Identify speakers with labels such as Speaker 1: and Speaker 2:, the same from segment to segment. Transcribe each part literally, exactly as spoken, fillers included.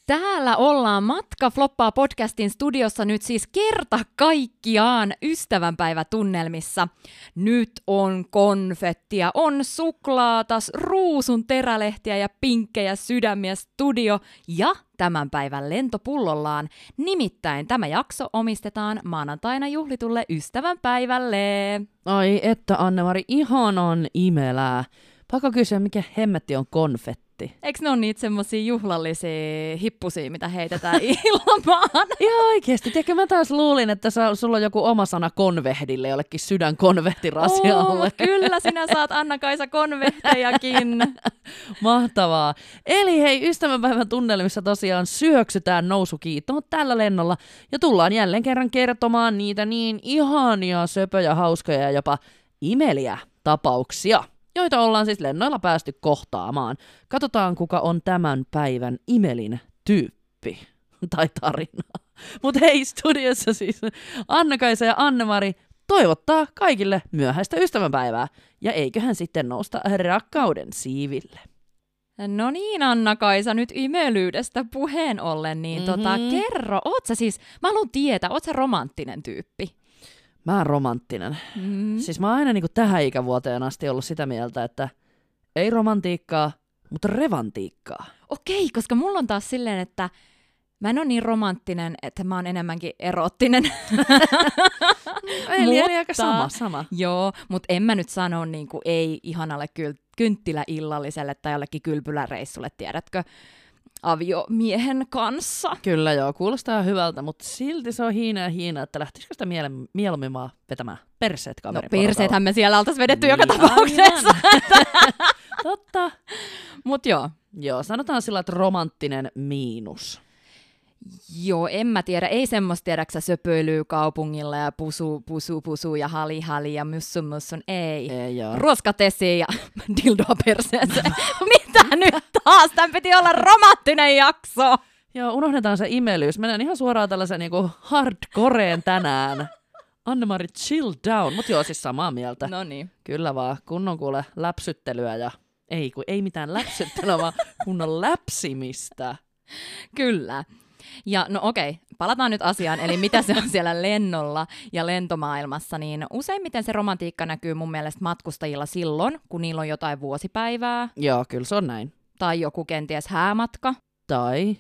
Speaker 1: Täällä ollaan Matka floppaa podcastin studiossa nyt siis kerta kaikkiaan ystävänpäivätunnelmissa. Nyt on konfettia, on suklaatas, ruusun terälehtiä ja pinkkejä sydämiä studio ja tämän päivän lentopullollaan. Nimittäin tämä jakso omistetaan maanantaina juhlitulle ystävänpäivälle.
Speaker 2: Ai että Anne-Mari, ihanan imelää. Pakko kysyä, mikä hemmetti on konfetti?
Speaker 1: Eikö ne ole niitä semmosia juhlallisia hippusia, mitä heitetään ilmaan?
Speaker 2: Ihan oikeesti. Tiedätkö, mä taas luulin, että sä, sulla on joku oma sana konvehdille, jollekin sydänkonvehtirasialle.
Speaker 1: Oo, kyllä sinä saat Anna-Kaisa konvehtejakin.
Speaker 2: Mahtavaa. Eli hei, ystävänpäivän tunnelmissa tosiaan syöksytään nousukiitoon tällä lennolla ja tullaan jälleen kerran kertomaan niitä niin ihania, söpöjä, hauskoja ja jopa imeliä tapauksia, joita ollaan siis lennoilla päästy kohtaamaan. Katsotaan, kuka on tämän päivän imelin tyyppi tai tarina. Mutta hei, studiossa siis Anna-Kaisa ja Anne-Mari toivottaa kaikille myöhäistä ystävänpäivää. Ja eiköhän sitten nousta rakkauden siiville.
Speaker 1: No niin, Anna-Kaisa, nyt imelyydestä puheen ollen, niin mm-hmm. tota, kerro, oot sä siis, mä haluan tietää, oot sä romanttinen tyyppi?
Speaker 2: Mä oon romanttinen. Mm. Siis mä oon aina niin kuin tähän ikävuoteen asti ollut sitä mieltä, että ei romantiikkaa, mutta revantiikkaa.
Speaker 1: Okei, koska mulla on taas silleen, että mä en ole niin romanttinen, että mä oon enemmänkin eroottinen.
Speaker 2: Eli, eli aika sama, sama.
Speaker 1: Joo, mutta en mä nyt sano niin kuin ei ihanalle kyl- kynttiläillalliselle tai jollekin kylpyläreissulle, tiedätkö, aviomiehen kanssa.
Speaker 2: Kyllä joo, kuulostaa hyvältä, mutta silti se on hiina ja hiina, että lähtisikö sitä miele- mieluummin vaan vetämään perseet kaveriporukalla.
Speaker 1: No perseethän me siellä oltaisiin vedetty niin, joka tapauksessa.
Speaker 2: Totta.
Speaker 1: Mut joo.
Speaker 2: Joo, sanotaan sillä, että romanttinen miinus.
Speaker 1: Joo, en mä tiedä. Ei semmoista tiedäksä söpöilyä kaupungilla ja pusu, pusu, pusu ja hali, hali ja mussun, mussun. Ei.
Speaker 2: Ei joo.
Speaker 1: Ruoskat esiin ja dildoa perseeseen. Mitä nyt taas? Tän piti olla romanttinen jakso.
Speaker 2: Joo, unohdetaan se imelyys. Mennään ihan suoraan tällaisen niinku hardcoreen tänään. Anne-Mari, chill down. Mut joo, siis samaa mieltä.
Speaker 1: No niin.
Speaker 2: Kyllä vaan, kunnon kuule läpsyttelyä ja ei, kun ei mitään läpsyttelyä, vaan kunnon läpsimistä.
Speaker 1: Kyllä. Ja no okei, palataan nyt asiaan, eli mitä se on siellä lennolla ja lentomaailmassa, niin useimmiten se romantiikka näkyy mun mielestä matkustajilla silloin, kun niillä on jotain vuosipäivää.
Speaker 2: Joo, kyllä se on näin.
Speaker 1: Tai joku kenties häämatka.
Speaker 2: Tai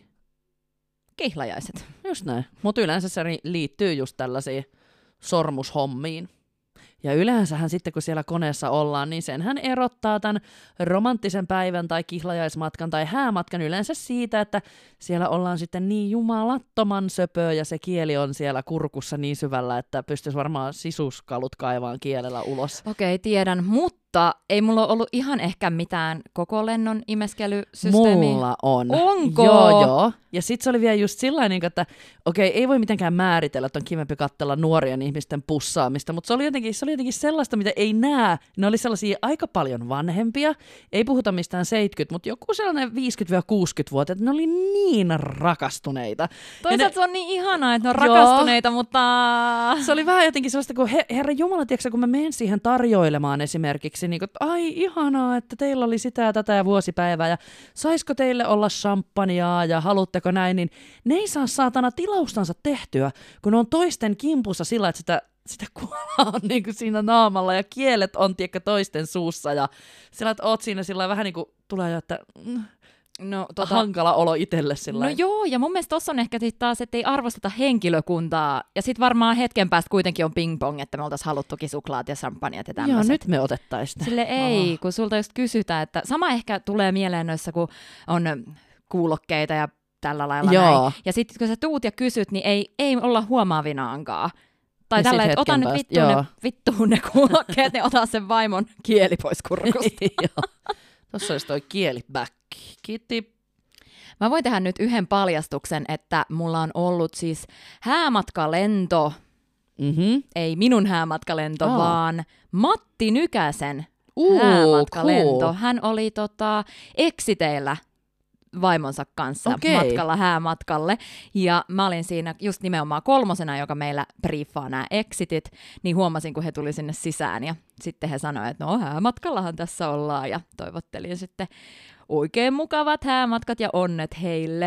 Speaker 1: kihlajaiset.
Speaker 2: Just näin. Mutta yleensä se liittyy just tällaisiin sormushommiin. Ja yleensähän sitten, kun siellä koneessa ollaan, niin senhän erottaa tämän romanttisen päivän tai kihlajaismatkan tai häämatkan yleensä siitä, että siellä ollaan sitten niin jumalattoman söpöä ja se kieli on siellä kurkussa niin syvällä, että pystyisi varmaan sisuskalut kaivaan kielellä ulos.
Speaker 1: Okei, tiedän, mutta ei mulla ole ollut ihan ehkä mitään koko lennon imeskelysysteemiä.
Speaker 2: Mulla on.
Speaker 1: Onko?
Speaker 2: Joo, joo. Ja sit se oli vielä just sillain, että okei, ei voi mitenkään määritellä, että on kivempi katsella nuorien ihmisten pussaamista, mutta se oli jotenkin, se oli jotenkin sellaista, mitä ei näe. Ne oli sellaisia aika paljon vanhempia. Ei puhuta mistään seitsemänkymmentä, mutta joku sellainen viisikymmentä-kuusikymmentä-vuotiaat, ne oli niin rakastuneita.
Speaker 1: Toisaalta ne, se on niin ihanaa, että ne on joo, rakastuneita, mutta
Speaker 2: se oli vähän jotenkin sellaista, kun he, herra Jumala, tiedätkö, kun mä menen siihen tarjoilemaan esimerkiksi, niin kuin, että ai ihanaa, että teillä oli sitä ja tätä ja vuosipäivää, ja saisiko teille olla champagnea ja haluatteko näin, niin ne ei saa saatana tilaustansa tehtyä, kun ne on toisten kimpussa sillä, että sitä, sitä kuolaa on niin kuin siinä naamalla ja kielet on tiedätkö, toisten suussa ja sillä, että oot siinä sillä vähän niin kuin tulee jo, että mm, no, tota, hankala olo itselle sillä.
Speaker 1: No joo, ja mun mielestä tossa on ehkä sit taas, että ei arvosteta henkilökuntaa, ja sit varmaan hetken päästä kuitenkin on ping-pong, että me oltaisiin haluttukin suklaat ja champagnat ja tämmöiset.
Speaker 2: Joo, nyt me otettaisiin.
Speaker 1: Sille ei, oh. kun sulta just kysytään, että sama ehkä tulee mieleen noissa, kun on kuulokkeita ja tällä lailla
Speaker 2: joo.
Speaker 1: näin. Ja sitten kun sä tuut ja kysyt, niin ei, ei olla huomaavinaankaan. Tai tällä, että ota nyt vittuun ne, vittuun ne kuulokkeet, niin ota sen vaimon kieli pois kurkusta.
Speaker 2: Tuossa olisi toi kieliback. Kiitti.
Speaker 1: Mä voin tehdä nyt yhden paljastuksen, että mulla on ollut siis häämatkalento,
Speaker 2: mm-hmm.
Speaker 1: ei minun häämatkalento, oh. vaan Matti Nykäsen
Speaker 2: uh,
Speaker 1: häämatkalento.
Speaker 2: Cool.
Speaker 1: Hän oli tota, Exiteillä vaimonsa kanssa
Speaker 2: okay.
Speaker 1: matkalla häämatkalle, ja mä olin siinä just nimenomaan kolmosena, joka meillä briefaa nämä exitit, niin huomasin, kun he tuli sinne sisään, ja sitten he sanoivat, että no häämatkallahan tässä ollaan, ja toivottelin sitten oikein mukavat häämatkat ja onnet heille.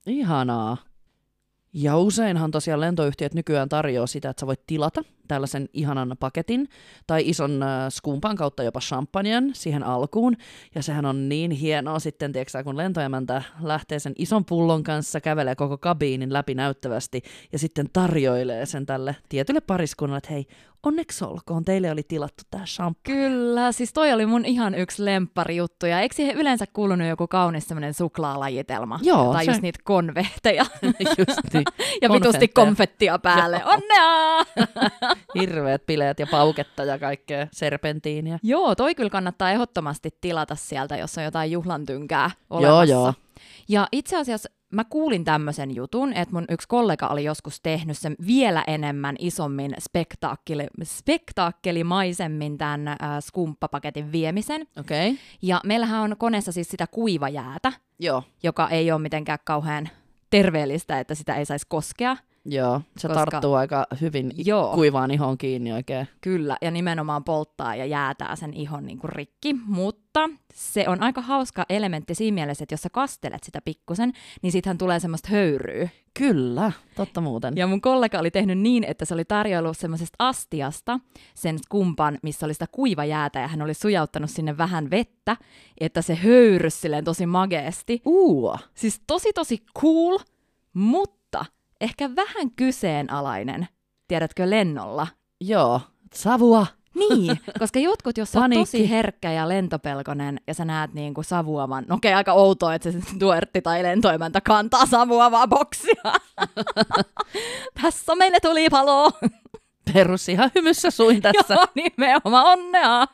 Speaker 2: Ihanaa. Ja useinhan tosiaan lentoyhtiöt nykyään tarjoaa sitä, että sä voit tilata tällaisen ihanan paketin tai ison äh, skumpan kautta jopa champanjan siihen alkuun. Ja sehän on niin hienoa sitten, tiiäksä, kun lentoemäntä lähtee sen ison pullon kanssa, kävelee koko kabiinin läpi näyttävästi ja sitten tarjoilee sen tälle tietylle pariskunnalle, että hei, onneksi olkoon, teille oli tilattu tää champagne.
Speaker 1: Kyllä, siis toi oli mun ihan yksi lempparijuttu. Ja eikö siihen yleensä kuulunut joku kaunis semmoinen suklaalajitelma?
Speaker 2: Joo.
Speaker 1: Tai
Speaker 2: se...
Speaker 1: just niitä konvehteja.
Speaker 2: just niin.
Speaker 1: Ja vitusti konfettia päälle. Onnea!
Speaker 2: Hirveät bileet ja pauketta ja kaikkea serpentiiniä.
Speaker 1: Joo, toi kyllä kannattaa ehdottomasti tilata sieltä, jos on jotain juhlantynkää olemassa. Joo, joo. Ja itse asiassa mä kuulin tämmöisen jutun, että mun yksi kollega oli joskus tehnyt sen vielä enemmän isommin spektaakkeli, spektaakkelisemmin tämän äh, skumppapaketin viemisen.
Speaker 2: Okay.
Speaker 1: Ja meillähän on koneessa siis sitä kuivajäätä,
Speaker 2: Joo.
Speaker 1: joka ei ole mitenkään kauhean terveellistä, että sitä ei saisi koskea.
Speaker 2: Joo, se
Speaker 1: koska...
Speaker 2: tarttuu aika hyvin Joo. kuivaan ihon kiinni oikein.
Speaker 1: Kyllä, ja nimenomaan polttaa ja jäätää sen ihon niin kuin rikki, mutta se on aika hauska elementti siinä mielessä, että jos sä kastelet sitä pikkusen, niin siitähän tulee semmoista höyryä.
Speaker 2: Kyllä, totta muuten.
Speaker 1: Ja mun kollega oli tehnyt niin, että se oli tarjoillut semmoisesta astiasta sen skumpan, missä oli sitä kuivajäätä, ja hän oli sujauttanut sinne vähän vettä, että se höyrysi silleen tosi mageesti.
Speaker 2: Uh.
Speaker 1: Siis tosi tosi cool, mutta ehkä vähän kyseenalainen, tiedätkö, lennolla.
Speaker 2: Joo, savua.
Speaker 1: Niin, koska jotkut, jos sä oot tosi herkkä ja lentopelkonen ja sä näet niinku savuavan, no okei, okay, aika outoa, että se tuertti tai lentoimäntä kantaa savuavaa boksia. Tässä on meille tulipalo.
Speaker 2: Perus ihan hymyssä suin tässä.
Speaker 1: Joo, nimenomaan onnea.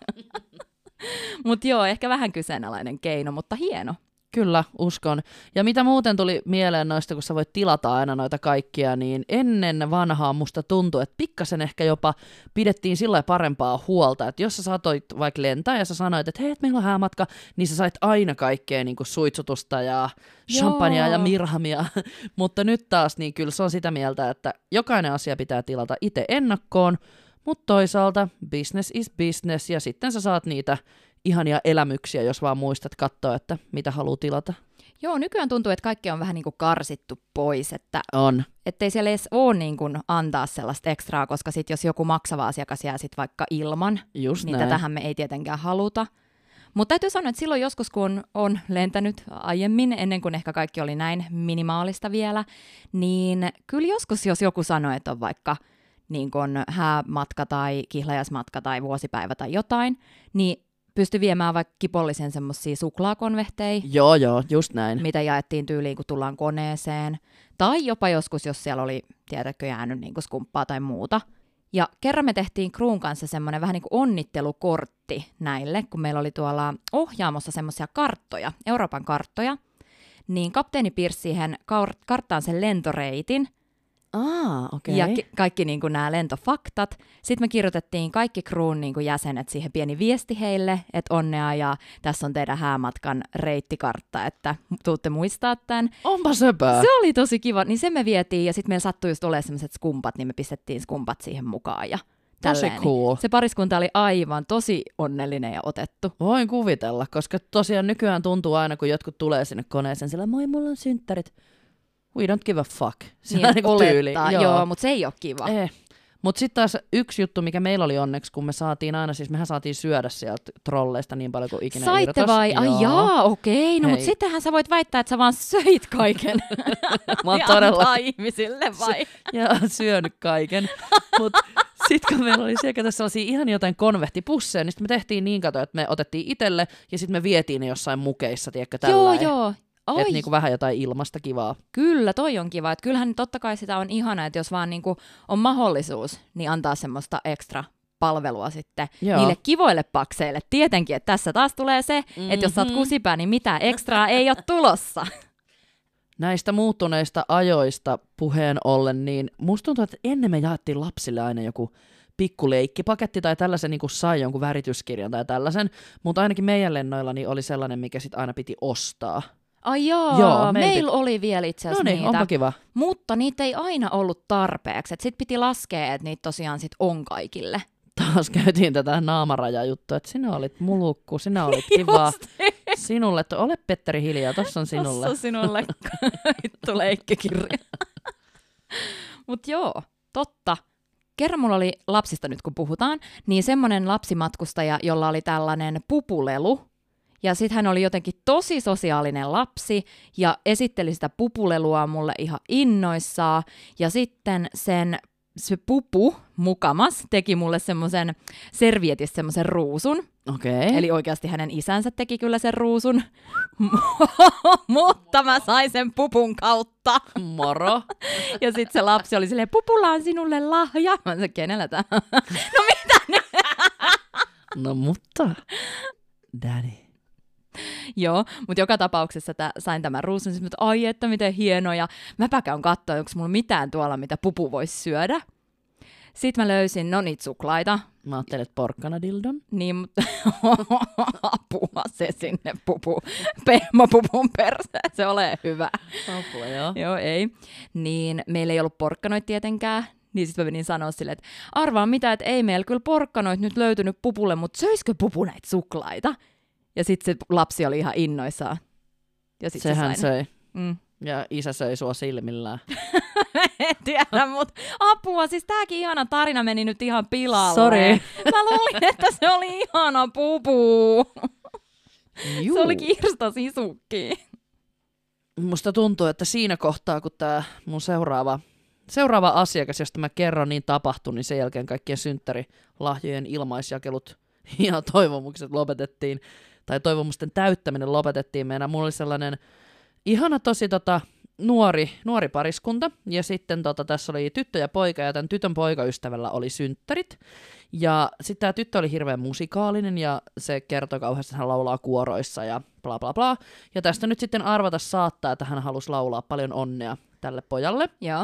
Speaker 1: Mutta joo, ehkä vähän kyseenalainen keino, mutta hieno.
Speaker 2: Kyllä, uskon. Ja mitä muuten tuli mieleen noista, kun sä voit tilata aina noita kaikkia, niin ennen vanhaa musta tuntui, että pikkasen ehkä jopa pidettiin sillä parempaa huolta, että jos sä saatoit vaikka lentää ja sä sanoit, että hei, meillä on häämatka, niin sä sait aina kaikkea niin kuin suitsutusta ja champagnea ja mirhamia. Mutta nyt taas, niin kyllä se on sitä mieltä, että jokainen asia pitää tilata itse ennakkoon, mutta toisaalta business is business ja sitten sä saat niitä ihania elämyksiä, jos vaan muistat katsoa, että mitä haluaa tilata.
Speaker 1: Joo, nykyään tuntuu, että kaikki on vähän niin kuin karsittu pois, että
Speaker 2: on.
Speaker 1: Ettei siellä edes ole niin kuin antaa sellaista ekstraa, koska sit jos joku maksava asiakas jää sit vaikka ilman,
Speaker 2: Just
Speaker 1: niin
Speaker 2: näin.
Speaker 1: tätähän me ei tietenkään haluta. Mutta täytyy sanoa, että silloin joskus, kun on, on lentänyt aiemmin, ennen kuin ehkä kaikki oli näin minimaalista vielä, niin kyllä joskus, jos joku sanoi, että on vaikka niin kuin häämatka tai kihlajasmatka tai vuosipäivä tai jotain, niin pystyi viemään vaikka kipollisen semmosia suklaakonvehteja.
Speaker 2: Joo, joo, just näin.
Speaker 1: Mitä jaettiin tyyliin, kun tullaan koneeseen. Tai jopa joskus, jos siellä oli, tiedätkö, jäänyt niin kuin skumppaa tai muuta. Ja kerran me tehtiin Kruun kanssa semmoinen vähän niin kuin onnittelukortti näille, kun meillä oli tuolla ohjaamossa semmoisia karttoja, Euroopan karttoja. Niin kapteeni piirsi siihen kar- karttaan sen lentoreitin.
Speaker 2: Ah, okei.
Speaker 1: Okay. Ja ki- kaikki niin kuin nämä lentofaktat. Sitten me kirjoitettiin kaikki Kruun niin kuin jäsenet siihen pieni viesti heille, että onnea ja tässä on teidän häämatkan reittikartta, että tuutte muistaa tämän.
Speaker 2: Onpa söpää.
Speaker 1: Se oli tosi kiva, niin sen me vietiin ja sitten meillä sattui just olemaan sellaiset skumpat, niin me pistettiin skumpat siihen mukaan ja
Speaker 2: tosi
Speaker 1: tälleen.
Speaker 2: cool.
Speaker 1: Se pariskunta oli aivan tosi onnellinen ja otettu.
Speaker 2: Voin kuvitella, koska tosiaan nykyään tuntuu aina, kun jotkut tulee sinne koneeseen, sillä moi, mulla on synttärit. We don't give a fuck. Se
Speaker 1: niin,
Speaker 2: on niin tyyli.
Speaker 1: Joo, joo mutta se ei ole kiva.
Speaker 2: Eh. Mutta sitten taas yksi juttu, mikä meillä oli onneksi, kun me saatiin aina, siis mehän saatiin syödä sieltä trolleista niin paljon kuin ikinä
Speaker 1: Saitte
Speaker 2: irtos.
Speaker 1: vai? Ai jaa, okei. No
Speaker 2: Hei.
Speaker 1: mutta sittenhän sä voit väittää, että sä vaan söit kaiken.
Speaker 2: Mä oon
Speaker 1: ja
Speaker 2: todella
Speaker 1: antaa ihmisille vai?
Speaker 2: ja syönyt kaiken. Mutta sitten kun meillä oli siellä sellaisia ihan jotain konvehtipusseja, niin sitten me tehtiin niin kato, että me otettiin itselle ja sitten me vietiin ne jossain mukeissa, tiedätkö, tällä.
Speaker 1: Joo, joo.
Speaker 2: Että niinku vähän jotain ilmasta kivaa.
Speaker 1: Kyllä, toi on kiva. Et kyllähän totta kai sitä on ihana, että jos vaan niinku on mahdollisuus, niin antaa semmoista ekstra palvelua sitten
Speaker 2: Joo.
Speaker 1: niille kivoille pakseille. Tietenkin, että tässä taas tulee se, mm-hmm. että jos sä oot kusipää, niin mitään ekstraa ei ole tulossa.
Speaker 2: Näistä muuttuneista ajoista puheen ollen, niin musta tuntuu, että ennen me jaettiin lapsille aina joku pikku leikkipaketti tai tällaisen niin kuin sai jonkun värityskirjan tai tällaisen, mutta ainakin meidän lennoilla niin oli sellainen, mikä sitten aina piti ostaa.
Speaker 1: Ai joo,
Speaker 2: Joo,
Speaker 1: meillä oli vielä itse asiassa
Speaker 2: no niin,
Speaker 1: niitä,
Speaker 2: onpa kiva.
Speaker 1: mutta niitä ei aina ollut tarpeeksi. Sitten piti laskea, että niitä tosiaan sit on kaikille.
Speaker 2: Taas käytiin tätä naamarajajuttua, että sinä olit mulukku, sinä olit kiva, Sinulle, to, ole Petteri hiljaa, tossa on sinulle.
Speaker 1: Tossa on sinulle vittu leikkikirja. Mut joo, totta. Kerran mulla oli lapsista nyt kun puhutaan, niin semmonen lapsimatkustaja, jolla oli tällainen pupulelu. Ja sit hän oli jotenkin tosi sosiaalinen lapsi ja esitteli sitä pupulelua mulle ihan innoissaan. Ja sitten sen se pupu mukamas teki mulle semmoisen servietistä semmoisen ruusun.
Speaker 2: Okei. Okay.
Speaker 1: Eli oikeasti hänen isänsä teki kyllä sen ruusun. Mutta mä sain sen pupun kautta.
Speaker 2: Moro.
Speaker 1: Ja sitten se lapsi oli silleen, pupulla on sinulle lahja. Mä sanoin, kenellä tää? No mitä nyt?
Speaker 2: No mutta, daddy.
Speaker 1: Joo, mutta joka tapauksessa tää, sain tämän ruusun, siis, että ai että miten hienoja. Mäpä käyn katsoa, onko mulla mitään tuolla, mitä pupu voisi syödä. Sitten mä löysin, no niitä suklaita.
Speaker 2: Mä ajattelin, että porkkana dildon.
Speaker 1: Niin, mutta apua se sinne pupu, pehmopupun perseen, se ole hyvä.
Speaker 2: Apua, joo.
Speaker 1: Joo, ei. Niin meillä ei ollut porkkanoita tietenkään. Niin sitten mä menin sanoa silleen, että arvaa mitä, että ei meillä kyllä porkkanoita nyt löytynyt pupulle, mutta söisikö pupu näitä suklaita? Ja sitten se lapsi oli ihan innoissaan. Ja sit
Speaker 2: Sehän
Speaker 1: se
Speaker 2: söi.
Speaker 1: Mm.
Speaker 2: Ja isä söi sua silmillään.
Speaker 1: En tiedä, mutta apua, siis tääkin ihana tarina meni nyt ihan pilalle.
Speaker 2: Sori.
Speaker 1: Mä luulin, että se oli ihana pupu.
Speaker 2: Juu.
Speaker 1: Se oli Kirsta Sisukki.
Speaker 2: Musta tuntuu, että siinä kohtaa, kun tää mun seuraava, seuraava asiakas, josta mä kerron, niin tapahtui, niin sen jälkeen kaikkien synttärilahjojen ilmaisjakelut ja toivomukset lopetettiin. Tai toivomusten täyttäminen lopetettiin. Meidän mulla oli sellainen ihana tosi tota, nuori, nuori pariskunta, ja sitten tota, tässä oli tyttö ja poika, ja tämän tytön poikaystävällä oli synttärit. Ja sitten tämä tyttö oli hirveän musikaalinen, ja se kertoi kauheasti, että hän laulaa kuoroissa, ja bla bla bla. Ja tästä nyt sitten arvata saattaa, että hän halusi laulaa paljon onnea tälle pojalle.
Speaker 1: Joo.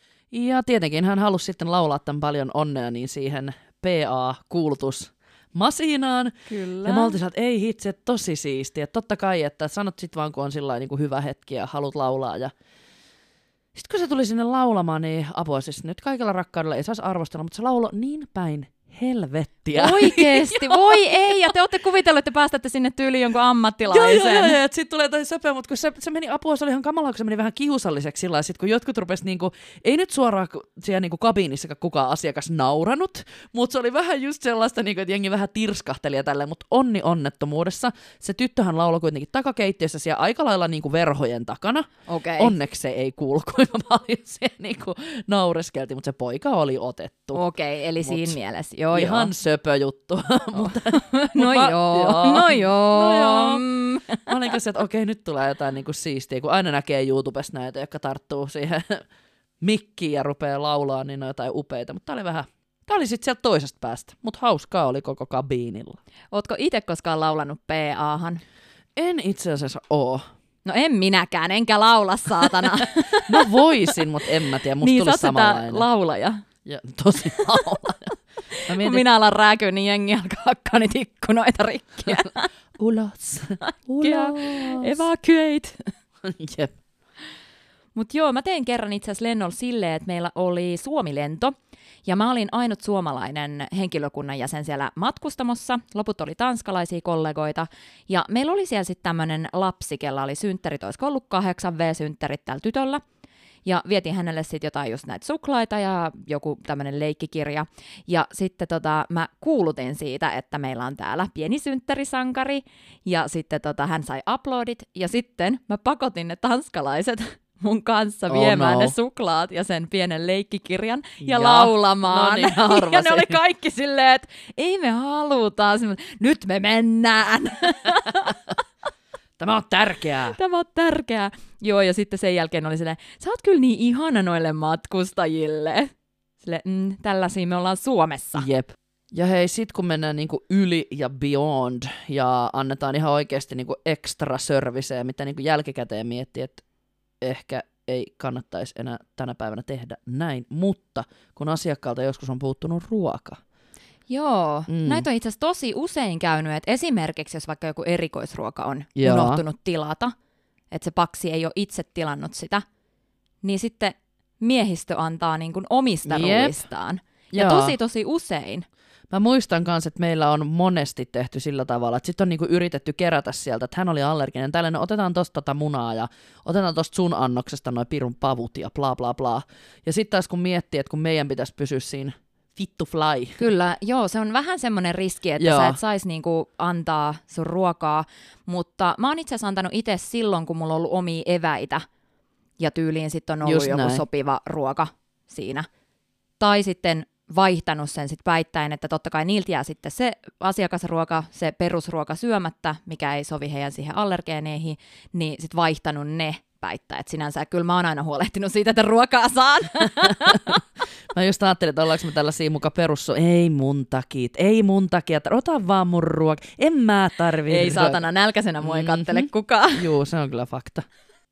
Speaker 2: Ja tietenkin hän halusi sitten laulaa tämän paljon onnea, niin siihen P A-kuulutus masiinaan.
Speaker 1: Kyllä.
Speaker 2: Ja mä oltiin että ei hitse, että tosi siistiä. Totta kai, että sanot sit vaan, kun on sillä niin kuin hyvä hetki ja haluat laulaa. Ja sitten kun se tuli sinne laulamaan, niin apua siis nyt kaikella rakkaudella ei saisi arvostella, mutta se laulo niin päin helvettiä.
Speaker 1: Oikeesti, voi ei, ja te olette kuvitellut, että päästätte sinne tyyliin jonkun ammattilaisen.
Speaker 2: Joo, joo, joo, että sit tulee toi söpö, mutta kun se, se meni apua, se oli ihan kamalaa, kun se meni vähän kiusalliseksi sillä lailla, sit kun jotkut rupes niinku, ei nyt suoraan siellä niinku kabiinissakaan kukaan asiakas nauranut, mutta se oli vähän just sellaista, niinku, että jengi vähän tirskahteli ja tälleen, mutta onni onnettomuudessa. Se tyttöhän lauloi kuitenkin takakeittiössä siellä aika lailla niinku verhojen takana.
Speaker 1: Okay.
Speaker 2: Onneksi se ei kuulu, kuinka paljon siellä niinku naureskeltiin, mutta se poika oli otettu.
Speaker 1: Okei, okay, eli
Speaker 2: Mut
Speaker 1: siinä mielessä. Joo,
Speaker 2: ihan
Speaker 1: joo.
Speaker 2: söpö juttu. mutta,
Speaker 1: no,
Speaker 2: mutta,
Speaker 1: joo.
Speaker 2: joo.
Speaker 1: no joo,
Speaker 2: no joo.
Speaker 1: Mm.
Speaker 2: Mä olin kanssa, että okei, nyt tulee jotain niinku siistiä, kun aina näkee YouTubesta näitä, jotka tarttuu siihen mikkiin ja rupeaa laulaa, niin on jotain upeita. Mutta tää oli vähän, tää oli sitten sieltä toisesta päästä, mutta hauskaa oli koko kabiinilla.
Speaker 1: Ootko itse koskaan laulanut P A:han?
Speaker 2: En itse asiassa oo.
Speaker 1: No en minäkään, enkä laula saatana.
Speaker 2: Mä voisin, mutta en mä tiedä, musta
Speaker 1: niin,
Speaker 2: tuli
Speaker 1: sä
Speaker 2: samanlainen.
Speaker 1: sitä laulaja.
Speaker 2: Ja, tosi laulaja. Mä mietin,
Speaker 1: Kun minä alan rääkyä, niin jengi alkaa hakkaa niitä ikkunoita rikkiä.
Speaker 2: ulos, ulos.
Speaker 1: Evacuate.
Speaker 2: Jep.
Speaker 1: Mut joo, mä tein kerran itse asiassa lennolla silleen, että meillä oli Suomi-lento, ja mä olin ainut suomalainen henkilökunnan jäsen siellä matkustamossa, loput oli tanskalaisia kollegoita, ja meillä oli siellä sitten tämmönen lapsi, kella oli synttärit, olisiko ollut kahdeksan V-synttärit tällä tytöllä, ja vietiin hänelle sitten jotain just näitä suklaita ja joku tämmönen leikkikirja, ja sitten tota, mä kuulutin siitä, että meillä on täällä pieni synttärisankari, ja sitten tota, hän sai uploadit, ja sitten mä pakotin ne tanskalaiset mun kanssa viemään
Speaker 2: oh no.
Speaker 1: ne suklaat ja sen pienen leikkikirjan ja,
Speaker 2: ja
Speaker 1: laulamaan.
Speaker 2: No niin,
Speaker 1: ja ne oli kaikki silleen, että ei me haluta, nyt me mennään.
Speaker 2: Tämä on tärkeää.
Speaker 1: Tämä on tärkeää. Joo, ja sitten sen jälkeen oli silleen, sä oot kyllä niin ihana noille matkustajille. Silleen, mm, tällaisia me ollaan Suomessa.
Speaker 2: Jep. Ja hei, sit kun mennään niinku yli ja beyond ja annetaan ihan oikeasti niinku extra serviceja, mitä niinku jälkikäteen miettii, että ehkä ei kannattaisi enää tänä päivänä tehdä näin, mutta kun asiakkaalta joskus on puuttunut ruoka.
Speaker 1: Joo,
Speaker 2: Mm.
Speaker 1: näitä on itse asiassa tosi usein käynyt, että esimerkiksi jos vaikka joku erikoisruoka on
Speaker 2: Joo.
Speaker 1: unohtunut tilata, että se paksi ei ole itse tilannut sitä, niin sitten miehistö antaa niin kuin omista
Speaker 2: Jep.
Speaker 1: ruuistaan. Ja
Speaker 2: Joo.
Speaker 1: tosi tosi usein.
Speaker 2: Mä muistan kanssa, että meillä on monesti tehty sillä tavalla, että sitten on niinku yritetty kerätä sieltä, että hän oli allerginen. Tällainen, otetaan tosta tota munaa ja otetaan tosta sun annoksesta noin pirun pavut ja bla bla bla. Ja sitten taas kun miettii, että kun meidän pitäisi pysyä siinä fit to fly.
Speaker 1: Kyllä, joo, se on vähän semmoinen riski, että
Speaker 2: joo.
Speaker 1: sä et sais niinku antaa sun ruokaa, mutta mä oon itse asiassa antanut itse silloin, kun mulla on ollut omia eväitä, ja tyyliin sitten on ollut
Speaker 2: Just
Speaker 1: joku
Speaker 2: näin.
Speaker 1: sopiva ruoka siinä. Tai sitten vaihtanut sen sitten väittäen, että totta kai niiltä jää sitten se asiakasruoka, se perusruoka syömättä, mikä ei sovi heidän siihen allergeeneihin, niin sitten vaihtanut ne päittää. Että sinänsä kyllä mä oon aina huolehtinut siitä, että ruokaa saan.
Speaker 2: Mä just ajattelin, että ollaanko me tällaisia muka perussu, ei mun takit, ei mun takia, ota vaan mun ruoka, en mä tarvii.
Speaker 1: Ei saatana, nälkäisenä mua ei kattele kukaan.
Speaker 2: Juu, se on kyllä fakta.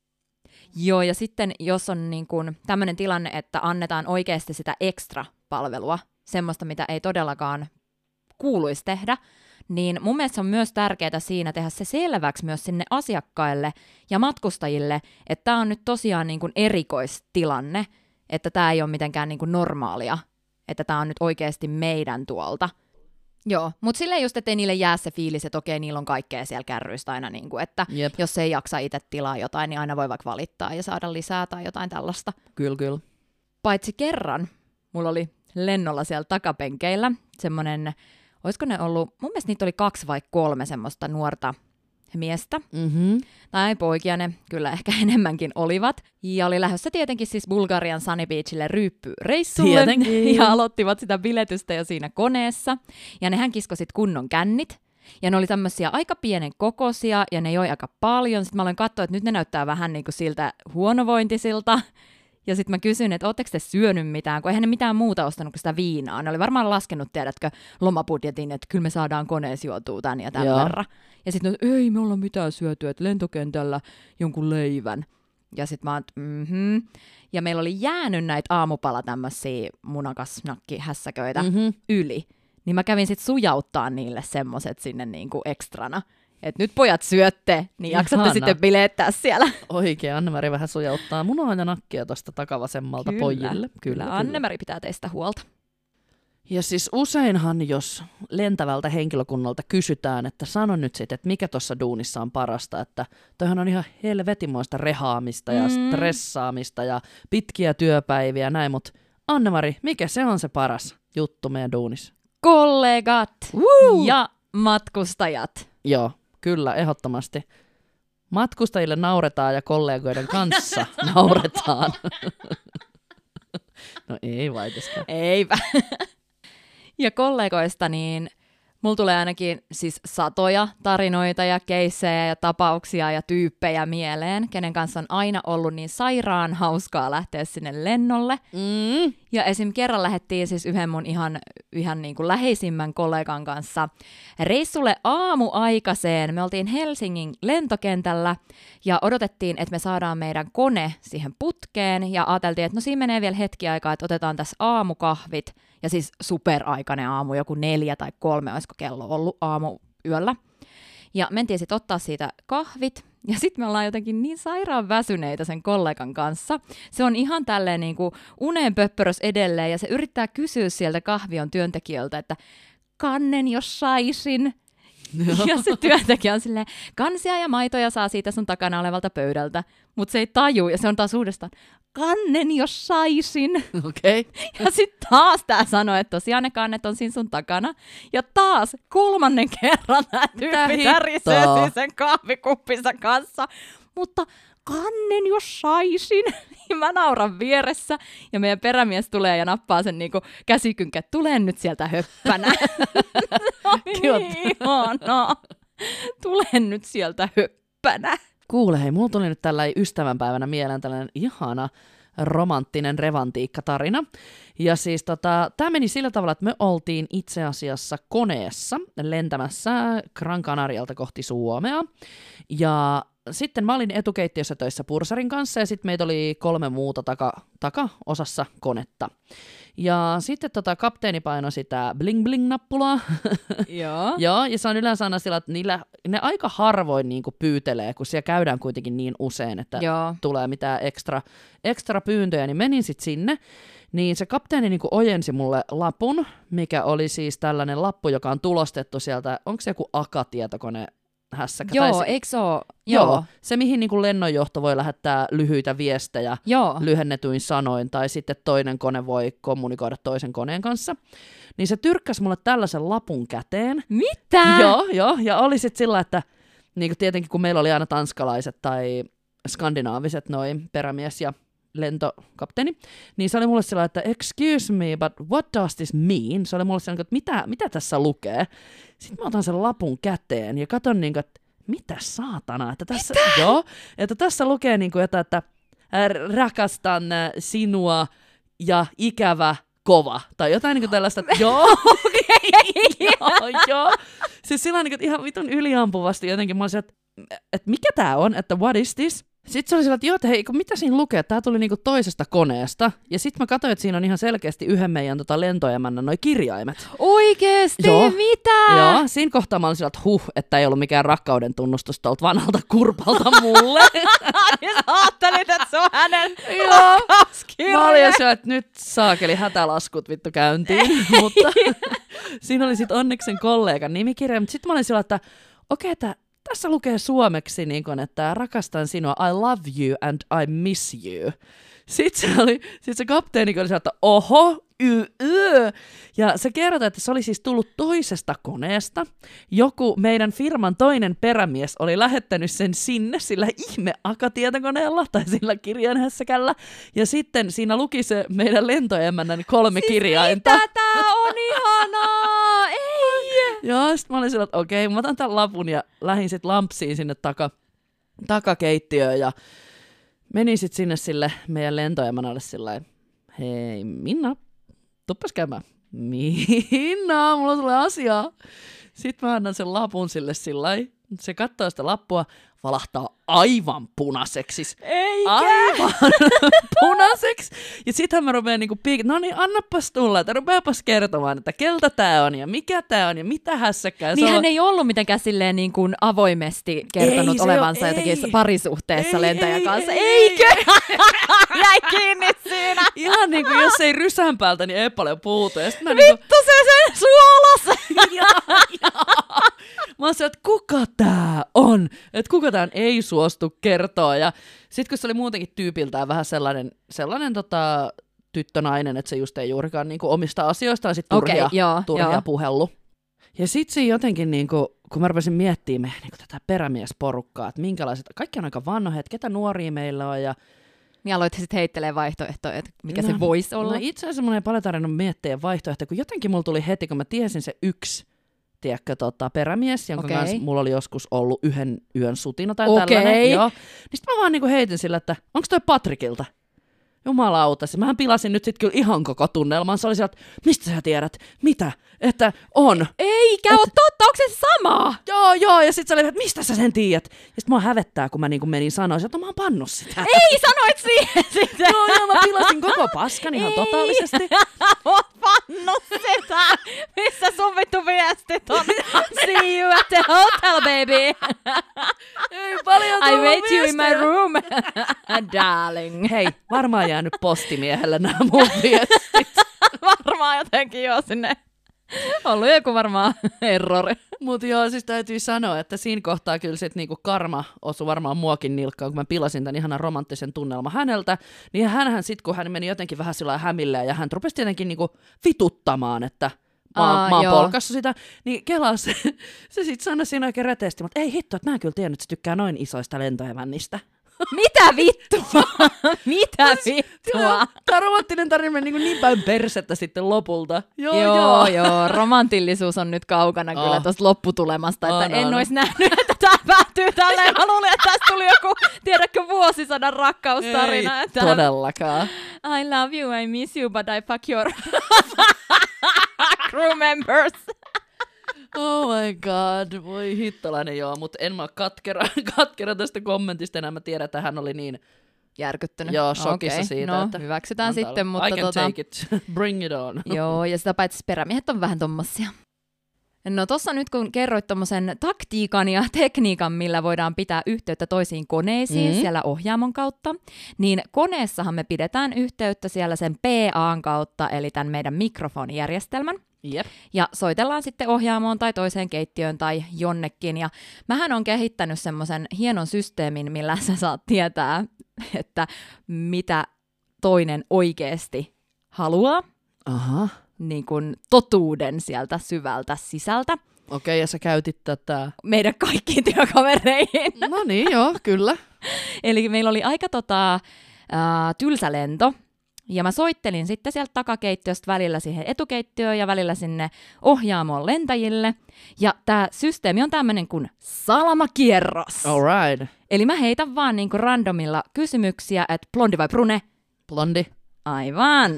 Speaker 1: Joo, ja sitten jos on niin kuin tämmöinen tilanne, että annetaan oikeasti sitä ekstra-palvelua, semmoista, mitä ei todellakaan kuuluisi tehdä, niin mun mielestä se on myös tärkeää siinä tehdä se selväksi myös sinne asiakkaille ja matkustajille, että tämä on nyt tosiaan niin kuin erikoistilanne, että tämä ei ole mitenkään niin kuin normaalia, että tämä on nyt oikeasti meidän tuolta. Joo, mutta silleen just, ettei niille jää se fiilis, että okei, niillä on kaikkea siellä kärryistä aina, niin kuin, että
Speaker 2: Jep.
Speaker 1: jos ei jaksa itse tilaa jotain, niin aina voi vaikka valittaa ja saada lisää tai jotain tällaista.
Speaker 2: Kyllä, kyllä.
Speaker 1: Paitsi kerran, mulla oli lennolla siellä takapenkeillä semmoinen, olisiko ne ollut, mun mielestä niitä oli kaksi vai kolme semmoista nuorta miestä,
Speaker 2: Mm-hmm.
Speaker 1: tai poikia ne kyllä ehkä enemmänkin olivat, ja oli lähdössä tietenkin siis Bulgarian Sunny Beachille ryyppyreissulle,
Speaker 2: Tietenkin.
Speaker 1: ja aloittivat sitä biletystä jo siinä koneessa, ja nehän kiskoi sit kunnon kännit, ja ne oli tämmöisiä aika pienen kokoisia, ja ne joi aika paljon, sitten mä aloin katsoa, että nyt ne näyttää vähän niin kuin siltä huonovointisilta, ja sitten mä kysyin, että ootteko te syönyt mitään, kun eihän ne mitään muuta ostanut kuin sitä viinaa. Ne oli varmaan laskenut, tiedätkö, lomabudjetin, että kyllä me saadaan koneessa juotua tän ja tän
Speaker 2: Joo.
Speaker 1: verran. Ja sitten ei me olla mitään syötyä, että lentokentällä jonkun leivän. Ja sitten mä oon, mhm. Ja meillä oli jäänyt näitä aamupala tämmöisiä munakasnakkihässäköitä
Speaker 2: Mm-hmm.
Speaker 1: yli. Niin mä kävin sitten sujauttaa niille semmoset sinne niinku ekstrana. Että nyt pojat syötte, niin jaksatte
Speaker 2: Ihana.
Speaker 1: sitten bileettää siellä.
Speaker 2: Oikein, Anne-Mari vähän sujauttaa munaa ja nakkia tuosta takavasemmalta pojille.
Speaker 1: Kyllä, Anne-Mari pitää teistä huolta.
Speaker 2: Ja siis useinhan, jos lentävältä henkilökunnalta kysytään, että sano nyt sitten, että mikä tuossa duunissa on parasta, että toihan on ihan helvetimoista rehaamista ja
Speaker 1: Mm.
Speaker 2: stressaamista ja pitkiä työpäiviä ja näin, mutta Anne-Mari, mikä se on se paras juttu meidän duunissa?
Speaker 1: Kollegat
Speaker 2: Woo!
Speaker 1: ja matkustajat.
Speaker 2: Joo, kyllä, ehdottomasti. Matkustajille nauretaan ja kollegoiden kanssa nauretaan. No ei vaitiska.
Speaker 1: Eipä. Ja kollegoista, niin mulla tulee ainakin siis satoja tarinoita ja keissejä ja tapauksia ja tyyppejä mieleen, kenen kanssa on aina ollut niin sairaan hauskaa lähteä sinne lennolle.
Speaker 2: Mm.
Speaker 1: Ja esim. Kerran lähdettiin siis yhden mun ihan, ihan niin kuin läheisimmän kollegan kanssa reissulle aamuaikaiseen. Me oltiin Helsingin lentokentällä ja odotettiin, että me saadaan meidän kone siihen putkeen ja ajateltiin, että no siinä menee vielä hetki aikaa, että otetaan tässä aamukahvit. Ja siis superaikainen aamu, joku neljä tai kolme, olisiko kello ollut aamuyöllä. Ja mentiin sitten ottaa siitä kahvit, ja sitten me ollaan jotenkin niin sairaan väsyneitä sen kollegan kanssa. Se on ihan tälleen niin kuin unenpöppörös edelleen, ja se yrittää kysyä sieltä kahvion työntekijöiltä, että kannen jos saisin. Ja se työntekijä on silleen, kansia ja maitoja saa siitä sun takana olevalta pöydältä, mutta se ei taju, ja se on taas uudestaan, kannen jos saisin.
Speaker 2: Okei. Okay.
Speaker 1: Ja sitten taas tää sanoi, että tosiaan ne kannet on siinä sun takana. Ja taas kolmannen kerran tää tyyppi tärisee siis sen kahvikuppinsa kanssa. Mutta kannen jos saisin. Niin mä nauran vieressä. Ja meidän perämies tulee ja nappaa sen niinku käsikynkä. Tule nyt sieltä höppänä. niin ihanaa. Tule nyt sieltä höppänä.
Speaker 2: Kuule, hei, mulla tuli nyt tällä ystävänpäivänä mieleen tällainen ihana romanttinen revantiikkatarina. Ja siis tota, tämä meni sillä tavalla, että me oltiin itse asiassa koneessa lentämässä Gran Canarialta kohti Suomea. Ja sitten mä olin etukeittiössä töissä pursarin kanssa ja sitten meitä oli kolme muuta taka, taka-osassa konetta. Ja sitten tota, kapteeni painoi sitä bling-bling-nappulaa.
Speaker 1: Joo.
Speaker 2: Joo, ja se on yleensä aina sillä, että niillä, ne aika harvoin niin kuin pyytelee, kun siellä käydään kuitenkin niin usein, että Joo. tulee mitään ekstra, ekstra pyyntöjä, niin menin sitten sinne. Niin se kapteeni niin kuin ojensi mulle lapun, mikä oli siis tällainen lappu, joka on tulostettu sieltä, onko se joku A K A-tietokone? Hässäkä.
Speaker 1: Joo,
Speaker 2: se,
Speaker 1: eikö se ole?
Speaker 2: Joo. joo, se mihin niin kuin lennonjohto voi lähettää lyhyitä viestejä
Speaker 1: joo.
Speaker 2: lyhennetyin sanoin, tai sitten toinen kone voi kommunikoida toisen koneen kanssa. Niin se tyrkkäsi mulle tällaisen lapun käteen.
Speaker 1: Mitä?
Speaker 2: Joo, joo, ja oli sitten sillä, että niin kuin tietenkin kun meillä oli aina tanskalaiset tai skandinaaviset noin perämies ja lentokapteeni, niin se oli mulle sillä, että excuse me, but what does this mean? Se oli mulle sillä, että mitä, mitä tässä lukee? Sitten mä otan sen lapun käteen ja katson, niin kuin, että mitä saatana, että tässä, joo, että tässä lukee, niin kuin, että, että rakastan sinua ja ikävä kova, tai jotain niin kuin tällaista, että joo, okay, joo, joo. Siis sillä niin kuin, ihan vitun yliampuvasti jotenkin, mä olisin, että, että mikä tää on, että what is this? Sitten se oli sillä, että joo, että hei, mitä siinä lukee? Tää tuli niinku toisesta koneesta. Ja sitten mä katsoin, että siinä on ihan selkeästi yhden meidän tota lentoemännän noi kirjaimet.
Speaker 1: Oikeesti?
Speaker 2: Joo.
Speaker 1: Mitä?
Speaker 2: Joo, siinä kohtaa mä olin sillä, että huh, että ei ollut mikään rakkauden tunnustus tuolta vanhalta kurpalta mulle.
Speaker 1: Ja sä ajattelit, että se on hänen rakkauskirja.
Speaker 2: Mä olin sillä, että nyt saakeli hätälaskut vittu käyntiin. Mutta siinä oli sitten onneksi sen kollegan nimikirja. Mutta sitten mä olin sillä, että okei, okay, tässä lukee suomeksi, niin kun, että rakastan sinua, I love you and I miss you. Sitten se, oli, sit se kapteeni oli että oho, y, y. Ja se kertoi, että se oli siis tullut toisesta koneesta. Joku meidän firman toinen perämies oli lähettänyt sen sinne sillä ihme A K A-tietokoneella tai sillä kirjanhässäkällä. Ja sitten siinä luki se meidän lentoemännän kolme siis kirjainta.
Speaker 1: Mitä tää on ihanaa? Ei!
Speaker 2: Joo, sit mä olin sillä, että okei, mä otan tämän lapun ja lähdin sit lampsiin sinne taka, takakeittiöön ja menin sit sinne sille meidän lentoemänälle sillä hei Minna, tuppas käymään. Minna, mulla tulee asiaa. Sitten mä annan sen lapun sille sillä se katsoo sitä lappua, valahtaa aivan punaiseksi.
Speaker 1: Eikä!
Speaker 2: Aivan punaiseksi. Ja sitten mä rupean niinku piikin, no niin, annapas tulla, että rupeapas kertomaan, että keltä tää on ja mikä tää on ja mitä hässäkään.
Speaker 1: Niin hän ei ollut mitenkään silleen niin kuin avoimesti kertonut ei, olevansa ole, jotenkin ei, parisuhteessa ei, lentäjän ei, kanssa.
Speaker 2: Ei,
Speaker 1: Eikö? Jäi kiinni siinä.
Speaker 2: Ihan niin kuin jos ei rysän päältä, niin ei paljon puutu.
Speaker 1: Vittu
Speaker 2: niinku...
Speaker 1: se sen suolassa!
Speaker 2: Mä oon se, että kuka tää on? Että kuka tää on ei suostu kertoa. Ja sit kun se oli muutenkin tyypiltään vähän sellainen, sellainen tota, tyttönainen, että se just ei juurikaan niinku omista asioistaan sit turhia,
Speaker 1: okay, joo,
Speaker 2: turhia
Speaker 1: joo.
Speaker 2: puhellu. Ja sit siinä jotenkin, niinku, kun mä rupesin miettimään niinku tätä perämiesporukkaa, että minkälaiset, kaikki on aika vanhoja, että ketä nuoria meillä on ja
Speaker 1: niin aloit sitten heittelee vaihtoehtoja, että mikä
Speaker 2: no,
Speaker 1: se voisi olla.
Speaker 2: No itse asiassa mun ei paljon tarvinnut miettiä vaihtoehtoja, kun jotenkin mulla tuli heti, kun mä tiesin se yksi, tiedätkö, tota, perämies, jonka okay. kanssa mulla oli joskus ollut yhden yön sutina tai
Speaker 1: okay.
Speaker 2: tällainen. Joo. Niin sit mä vaan niinku heitin sillä, että onko toi Patrikilta? Jumalauta, mähän pilasin nyt sit kyllä ihan koko tunnelman. Se oli sieltä, mistä sä tiedät? Mitä? Että on.
Speaker 1: Eikä et... ole totta, onko se sama?
Speaker 2: Joo, joo, ja sit se oli, että mistä sä sen tiedät? Ja sit mua hävettää, kun mä niinku menin sanoisin, että mä oon pannut sitä.
Speaker 1: Ei, sanoit siihen sitä.
Speaker 2: Joo, joo, mä pilasin koko paskan ihan
Speaker 1: Ei.
Speaker 2: totaalisesti.
Speaker 1: Oot pannut sitä. Missä sun vittu viestit on? See you at the hotel, baby.
Speaker 2: Ei paljon
Speaker 1: I wait you in my room. Darling.
Speaker 2: Hei, varmaan jäänyt postimiehelle nämä mun viestit.
Speaker 1: Varmaan jotenkin joo sinne. Ollut joku varmaan errori.
Speaker 2: Mutta joo, siis täytyy sanoa, että siinä kohtaa kyllä sit niinku karma osui varmaan muakin nilkkaan, kun mä pilasin tämän ihanan romanttisen tunnelman häneltä. Niin hänhän sit, kun hän meni jotenkin vähän sillä hämilleen ja hän rupesi tietenkin niinku vituttamaan, että mä, Aa, mä oon polkassa sitä, niin Kela se, se sit sanoi siinä oikein reteesti, mutta ei hitto, että mä en kyllä tiennyt, että se tykkää noin isoista lentoemännistä.
Speaker 1: Mitä vittua? Mitä vittua?
Speaker 2: Tämä romanttinen tarina meni niin, niin päin persettä sitten lopulta. Joo,
Speaker 1: joo,
Speaker 2: joo.
Speaker 1: joo. Romantillisuus on nyt kaukana oh. kyllä tuosta lopputulemasta, että
Speaker 2: oh,
Speaker 1: en
Speaker 2: no,
Speaker 1: olisi
Speaker 2: no.
Speaker 1: nähnyt, että tämä päättyy tälleen. Mä luulin, että tästä tuli joku, tiedätkö, vuosisadan rakkaustarina.
Speaker 2: Ei
Speaker 1: että
Speaker 2: todellakaan.
Speaker 1: I love you, I miss you, but I fuck your crew members.
Speaker 2: Oh my god, voi hittolainen joo, mutta en mä ole katkera, katkera tästä kommentista enää. Mä tiedän, että hän oli niin
Speaker 1: järkyttynyt.
Speaker 2: joo, shokissa
Speaker 1: okay.
Speaker 2: siitä.
Speaker 1: No,
Speaker 2: että
Speaker 1: hyväksytään sitten, mutta
Speaker 2: I can
Speaker 1: tota,
Speaker 2: take it. Bring it on.
Speaker 1: joo, ja sitä paitsi perämiehet on vähän tommosia. No tossa nyt kun kerroit tommosen taktiikan ja tekniikan, millä voidaan pitää yhteyttä toisiin koneisiin mm-hmm. siellä ohjaamon kautta, niin koneessahan me pidetään yhteyttä siellä sen P A:n kautta, eli tämän meidän mikrofonijärjestelmän.
Speaker 2: Jep.
Speaker 1: Ja soitellaan sitten ohjaamoon tai toiseen keittiöön tai jonnekin. Ja mähän on kehittänyt semmoisen hienon systeemin, millä sä saat tietää, että mitä toinen oikeasti haluaa.
Speaker 2: Aha.
Speaker 1: Niin kuin totuuden sieltä syvältä sisältä.
Speaker 2: Okei, okay, ja sä käytit tätä
Speaker 1: Meidän kaikkiin työkavereihin.
Speaker 2: No niin, joo, kyllä.
Speaker 1: Eli meillä oli aika tota, äh, tylsä lento. Ja mä soittelin sitten sieltä takakeittiöstä välillä siihen etukeittiöön ja välillä sinne ohjaamoon lentäjille. Ja tää systeemi on tämmönen kuin salamakierros.
Speaker 2: All right.
Speaker 1: Eli mä heitän vaan niinku randomilla kysymyksiä, että blondi vai brune?
Speaker 2: Blondi.
Speaker 1: Aivan.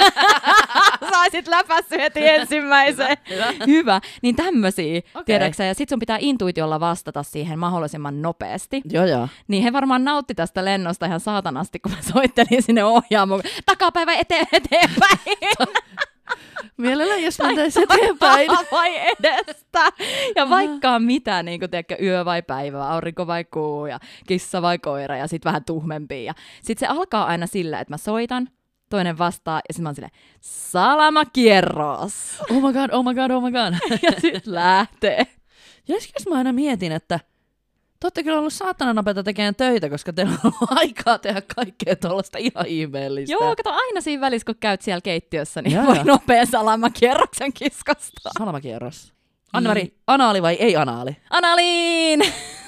Speaker 1: Saisit läpässyt heti ensimmäisen.
Speaker 2: Hyvä.
Speaker 1: Hyvä. Niin tämmösiä,
Speaker 2: Okay.
Speaker 1: tiedäksä. Ja sit sun pitää intuitiolla vastata siihen mahdollisimman nopeasti.
Speaker 2: Joo, joo.
Speaker 1: Niin he varmaan nautti tästä lennosta ihan saatanasti, kun mä soittelin sinne ohjaamoon. Takapäivä eteen, eteenpäin.
Speaker 2: Mielellään, jos mentäisi eteenpäin.
Speaker 1: vai edestä. Ja vaikka mitä, niin kuin tiedätkö, yö vai päivä, aurinko vai kuu ja kissa vai koira ja sit vähän tuhmempia. Ja sit se alkaa aina sillä, että mä soitan, toinen vastaa ja sit mä oon silleen, salamakierros.
Speaker 2: Oh my god, oh my god, oh my god.
Speaker 1: Ja sit lähtee.
Speaker 2: Joskus mä aina mietin, että te ootte kyllä ollut saatana nopeita tekemään töitä, koska teillä on ollut aikaa tehdä kaikkea tuollaista ihan ihmeellistä.
Speaker 1: Joo, kato aina siinä välissä, kun käyt siellä keittiössä, niin
Speaker 2: Jaa.
Speaker 1: voi nopean salamakierroksen kiskostaa.
Speaker 2: Salamakierros. Anna-Mari, anaali vai ei anaali?
Speaker 1: Analiin!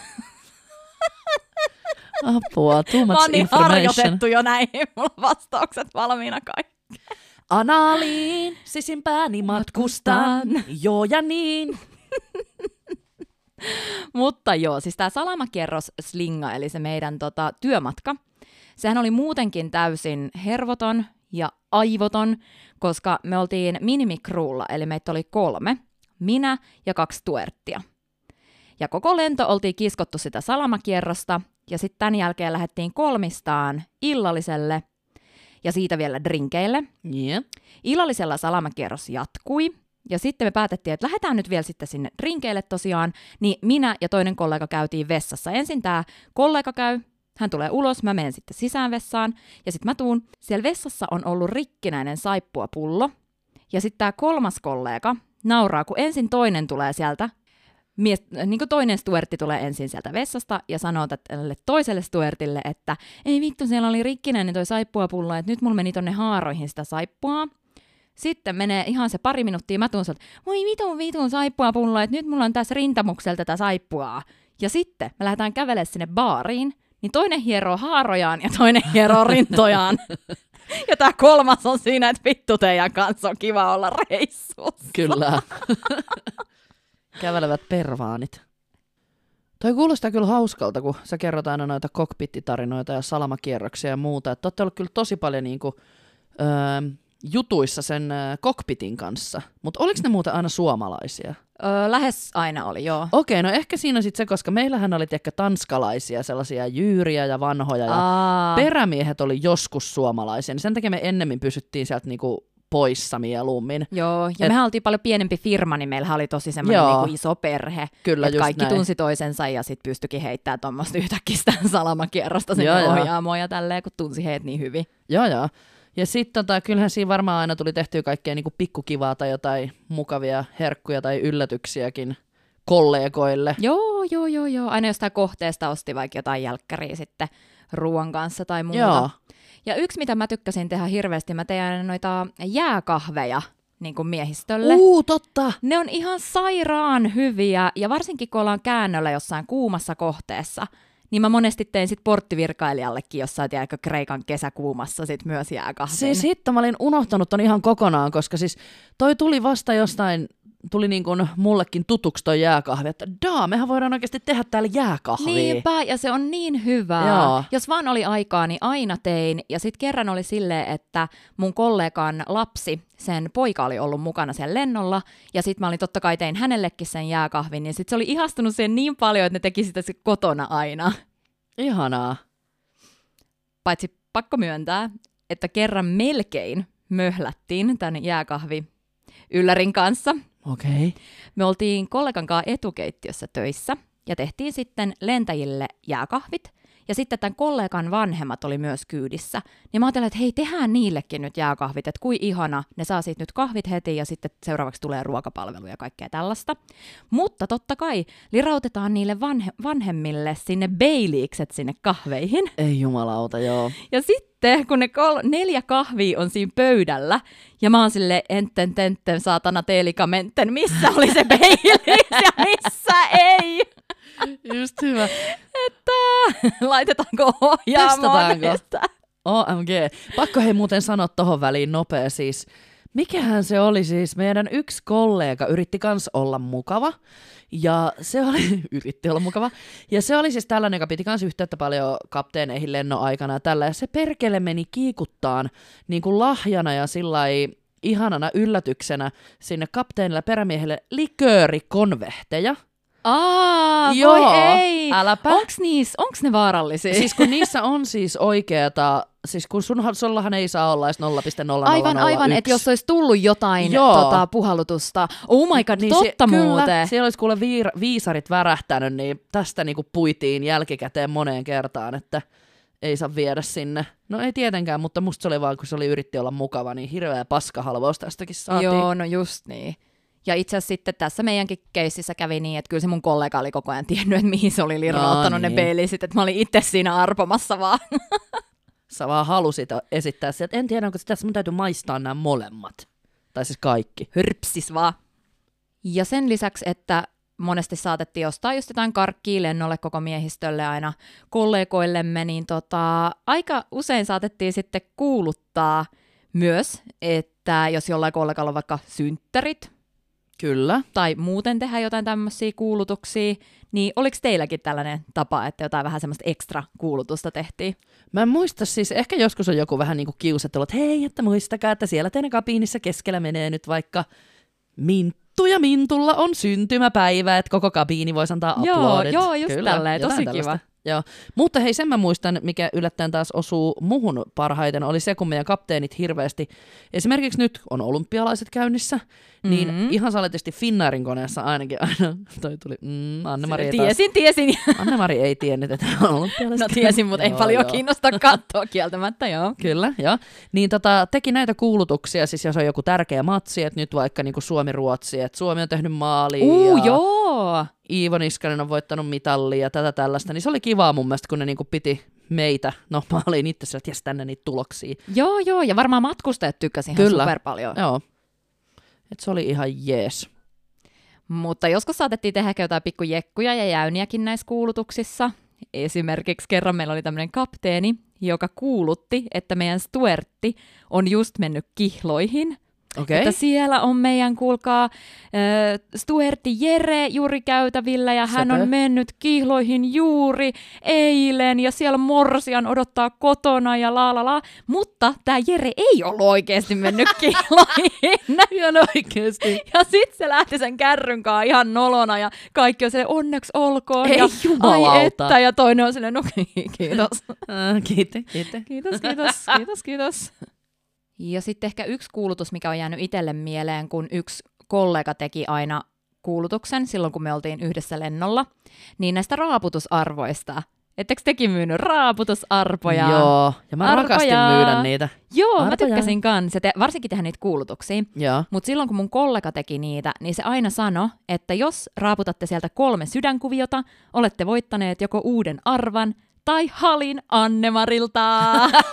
Speaker 2: Apua, too
Speaker 1: Mä
Speaker 2: much
Speaker 1: oon niin
Speaker 2: information.
Speaker 1: harjoitettu jo näihin, mulla on vastaukset valmiina kaikki.
Speaker 2: Anaaliin sisimpääni matkustan, joo ja niin.
Speaker 1: Mutta joo, siis tämä salamakierros slinga, eli se meidän tota, työmatka, sehän oli muutenkin täysin hervoton ja aivoton, koska me oltiin minimikruulla, eli meitä oli kolme, minä ja kaksi tuerttia. Ja koko lento oltiin kiskottu sitä salamakierrosta, ja sitten tämän jälkeen lähdettiin kolmistaan illalliselle, ja siitä vielä drinkeille.
Speaker 2: Yeah.
Speaker 1: Illallisella salamakierros jatkui, ja sitten me päätettiin, että lähdetään nyt vielä sitten sinne drinkeille tosiaan, niin minä ja toinen kollega käytiin vessassa. Ensin tämä kollega käy, hän tulee ulos, mä menen sitten sisään vessaan, ja sitten mä tuun. Siellä vessassa on ollut rikkinäinen saippuapullo, ja sitten tämä kolmas kollega nauraa, kun ensin toinen tulee sieltä, mies, niin kuin toinen stuertti tulee ensin sieltä vessasta, ja sanoo tälle toiselle stuertille, että ei vittu, siellä oli rikkinäinen toi saippuapullo, että nyt mulla meni tonne haaroihin sitä saippua. Sitten menee ihan se pari minuuttia, mä tuun sieltä, voi vitun vitun saippuapullo, että nyt mulla on tässä rintamuksella tätä saippuaa. Ja sitten me lähdetään kävelemään sinne baariin, niin toinen hieroo haarojaan ja toinen hieroo rintojaan. Ja tää kolmas on siinä, että vittu teidän kanssa on kiva olla reissussa.
Speaker 2: Kyllä. Kävelevät pervaanit. Toi kuulostaa kyllä hauskalta, kun sä kerrot aina noita kokpittitarinoita ja salamakierroksia ja muuta. Että ootte ollut kyllä tosi paljon niinku, öö, jutuissa sen öö, kokpitin kanssa. Mutta oliko ne muuten aina suomalaisia?
Speaker 1: Öö, lähes aina oli, joo.
Speaker 2: Okei, no ehkä siinä sitten se, koska meillähän oli ehkä tanskalaisia, sellaisia jyyriä ja vanhoja. Ja
Speaker 1: Aa.
Speaker 2: perämiehet oli joskus suomalaisia, niin sen takia me ennemmin pysyttiin sieltä niinku poissa mieluummin.
Speaker 1: Joo, ja
Speaker 2: Et,
Speaker 1: mehän oltiin paljon pienempi firma, niin meillähän oli tosi semmoinen niinku iso perhe.
Speaker 2: Kyllä,
Speaker 1: että
Speaker 2: just
Speaker 1: kaikki
Speaker 2: näin.
Speaker 1: tunsi toisensa ja sitten pystyikin heittämään tuommoista yhtäkkiä sitä salamakierrosta sinne
Speaker 2: Joo, joo.
Speaker 1: ohjaamoon ja tälleen, kun tunsi heitä niin hyvin.
Speaker 2: Joo, joo. Ja sitten tota, kyllähän siinä varmaan aina tuli tehtyä kaikkea niinku pikkukivaa tai jotain mukavia herkkuja tai yllätyksiäkin kollegoille.
Speaker 1: Joo, joo, joo, joo. Aina jostain kohteesta osti vaikka jotain jälkkäriä sitten ruoan kanssa tai muuta.
Speaker 2: Joo.
Speaker 1: Ja yksi, mitä mä tykkäsin tehdä hirveästi, mä tein noita jääkahveja niin kuin miehistölle.
Speaker 2: Uu, totta!
Speaker 1: Ne on ihan sairaan hyviä, ja varsinkin kun ollaan käännöllä jossain kuumassa kohteessa, niin mä monesti tein sit porttivirkailijallekin jossain, tiedätkö, Kreikan kesäkuumassa sit myös jääkahvin.
Speaker 2: Siis hitto, mä olin unohtanut ton ihan kokonaan, koska siis toi tuli vasta jostain tuli niin kuin mullekin tutuksi toi jääkahvi, että daa, mehän voidaan oikeasti tehdä täällä jääkahvia.
Speaker 1: Niinpä, ja se on niin hyvää.
Speaker 2: Joo.
Speaker 1: Jos vaan oli aikaa, niin aina tein. Ja sitten kerran oli silleen, että mun kollegan lapsi, sen poika oli ollut mukana siellä lennolla, ja sitten mä olin totta kai tein hänellekin sen jääkahvin, ja sitten se oli ihastunut siihen niin paljon, että ne teki sitä kotona aina.
Speaker 2: Ihanaa.
Speaker 1: Paitsi pakko myöntää, että kerran melkein möhlättiin tän jääkahvi yllärin kanssa.
Speaker 2: Okei. Okay.
Speaker 1: Me oltiin kollegan kanssa etukeittiössä töissä ja tehtiin sitten lentäjille jääkahvit. Ja sitten tämän kollegan vanhemmat oli myös kyydissä. Niin mä ajattelin, että hei, tehdään niillekin nyt jääkahvit, että kui ihana, ne saa siitä nyt kahvit heti ja sitten seuraavaksi tulee ruokapalvelu ja kaikkea tällaista. Mutta totta kai lirautetaan niille vanhe- vanhemmille sinne Baileykset sinne kahveihin.
Speaker 2: Ei jumalauta, joo.
Speaker 1: Ja sitten, kun ne kol- neljä kahvia on siinä pöydällä, ja mä oon silleen, enten, tenten, saatana, teelikamenten, missä oli se Baileyks ja missä ei?
Speaker 2: Just hyvä.
Speaker 1: Että laitetaanko ohjaamaan?
Speaker 2: Testataanko? O M G. Pakko hei muuten sanoa tohon väliin nopea siis. Mikähän se oli siis? Meidän yksi kollega yritti kans olla mukava. Ja se oli, yritti olla mukava. Ja se oli siis tällainen, joka piti kans yhteyttä paljon kapteeneihin lennon aikana ja tällä. Ja se perkele meni kiikuttaan niin kuin lahjana ja sillai ihanana yllätyksenä sinne kapteenille ja perämiehelle liköörikonvehteja.
Speaker 1: Aa,
Speaker 2: Joo,
Speaker 1: voi ei.
Speaker 2: äläpä.
Speaker 1: Onks, niis, onks ne vaarallisia?
Speaker 2: Siis kun niissä on siis oikeeta, siis kun sunhan, sullahan ei saa olla edes nolla pilkku nolla nolla nolla yksi.
Speaker 1: Aivan, aivan, että jos olisi tullut jotain tota, puhallutusta. Oh my god,
Speaker 2: niin
Speaker 1: totta
Speaker 2: se,
Speaker 1: muuten.
Speaker 2: Kyllä, siellä olisi kuule viir, viisarit värähtänyt, niin tästä niinku puitiin jälkikäteen moneen kertaan, että ei saa viedä sinne. No ei tietenkään, mutta musta se oli vaan, kun se oli yritti olla mukava, niin hirveä paskahalvaus tästäkin saatiin.
Speaker 1: Joo, no just niin. Ja itse asiassa sitten tässä meidänkin keississä kävi niin, että kyllä se mun kollega oli koko ajan tiennyt, että mihin se oli lirrauttanut no, niin. ne Baileysit, että mä olin itse siinä arpomassa vaan.
Speaker 2: Sä vaan halusit esittää sieltä, että en tiedä, onko se tässä mun täytyy maistaa nämä molemmat. Tai siis kaikki.
Speaker 1: Hyrpsis vaan. Ja sen lisäksi, että monesti saatettiin ostaa just jotain karkkia lennolle koko miehistölle aina kollegoillemme, niin tota, aika usein saatettiin sitten kuuluttaa myös, että jos jollain kollegalla on vaikka synttärit,
Speaker 2: kyllä,
Speaker 1: tai muuten tehdä jotain tämmöisiä kuulutuksia, niin oliko teilläkin tällainen tapa, että jotain vähän semmoista ekstra kuulutusta tehtiin?
Speaker 2: Mä en muista siis, ehkä joskus on joku vähän niin kuin kiusattelu, että hei, että muistakaa, että siellä teidän kabiinissa keskellä menee nyt vaikka Minttu ja Mintulla on syntymäpäivä, että koko kabiini voisi antaa aplodit.
Speaker 1: Joo, joo, just
Speaker 2: kyllä,
Speaker 1: tälleen, tosi
Speaker 2: tällaista.
Speaker 1: kiva.
Speaker 2: Joo. Mutta hei, sen mä muistan, mikä yllättäen taas osuu muhun parhaiten, oli se, kun meidän kapteenit hirveästi, esimerkiksi nyt on olympialaiset käynnissä, niin mm-hmm. ihan saletisti Finnairin koneessa ainakin aina, toi tuli, mm, Anne-Mari ei
Speaker 1: Tiesin, tiesin.
Speaker 2: Anne-Mari ei tiennyt, että on olympialaiset.
Speaker 1: No tiesin, mutta ei
Speaker 2: joo,
Speaker 1: paljon
Speaker 2: joo.
Speaker 1: kiinnosta katsoa kieltämättä, joo.
Speaker 2: Kyllä, joo. Niin tota, teki näitä kuulutuksia, siis jos on joku tärkeä matsi, että nyt vaikka niinku Suomi-Ruotsi, että Suomi on tehnyt maaliin
Speaker 1: Uu,
Speaker 2: ja
Speaker 1: joo.
Speaker 2: Iivo Niskanen on voittanut mitallia ja tätä tällaista, niin se oli kivaa mun mielestä, kun ne niinku piti meitä, no mä olin itse sieltä, jes tänne niitä tuloksia.
Speaker 1: Joo, joo, ja varmaan matkustajat tykkäsivät ihan
Speaker 2: Kyllä.
Speaker 1: super paljon.
Speaker 2: Joo, että se oli ihan jees.
Speaker 1: Mutta joskus saatettiin tehdä jotain pikkujekkuja ja jäyniäkin näissä kuulutuksissa. Esimerkiksi kerran meillä oli tämmöinen kapteeni, joka kuulutti, että meidän stuertti on just mennyt kihloihin.
Speaker 2: Okay.
Speaker 1: Että siellä on meidän, kuulkaa, äh, stuertti Jere juuri käytävillä ja hän
Speaker 2: Sepä.
Speaker 1: on mennyt kihloihin juuri eilen ja siellä morsian odottaa kotona ja la la la. Mutta tämä Jere ei ollut oikeasti mennyt kihloihin.
Speaker 2: Ihan oikeasti.
Speaker 1: Ja sitten se lähti sen kärryn kanssa ihan nolona ja kaikki on silleen onneksi olkoon.
Speaker 2: Ei
Speaker 1: ja,
Speaker 2: jumalauta.
Speaker 1: ai että, ja toinen on silleen no kiitos.
Speaker 2: Äh, kiitos, kiitos.
Speaker 1: Kiitos, kiitos, kiitos, kiitos. Ja sitten ehkä yksi kuulutus, mikä on jäänyt itselle mieleen, kun yksi kollega teki aina kuulutuksen silloin, kun me oltiin yhdessä lennolla, niin näistä raaputusarvoista. Ettekö tekin myynyt raaputusarpoja?
Speaker 2: Joo, ja mä
Speaker 1: Arpoja.
Speaker 2: rakastin myydä niitä.
Speaker 1: Joo,
Speaker 2: Arpoja.
Speaker 1: mä tykkäsin kanssa, te, varsinkin tehdä niitä kuulutuksia.
Speaker 2: Joo.
Speaker 1: Mutta silloin, kun mun kollega teki niitä, niin se aina sanoi, että jos raaputatte sieltä kolme sydänkuviota, olette voittaneet joko uuden arvan tai halin Anne-Marilta.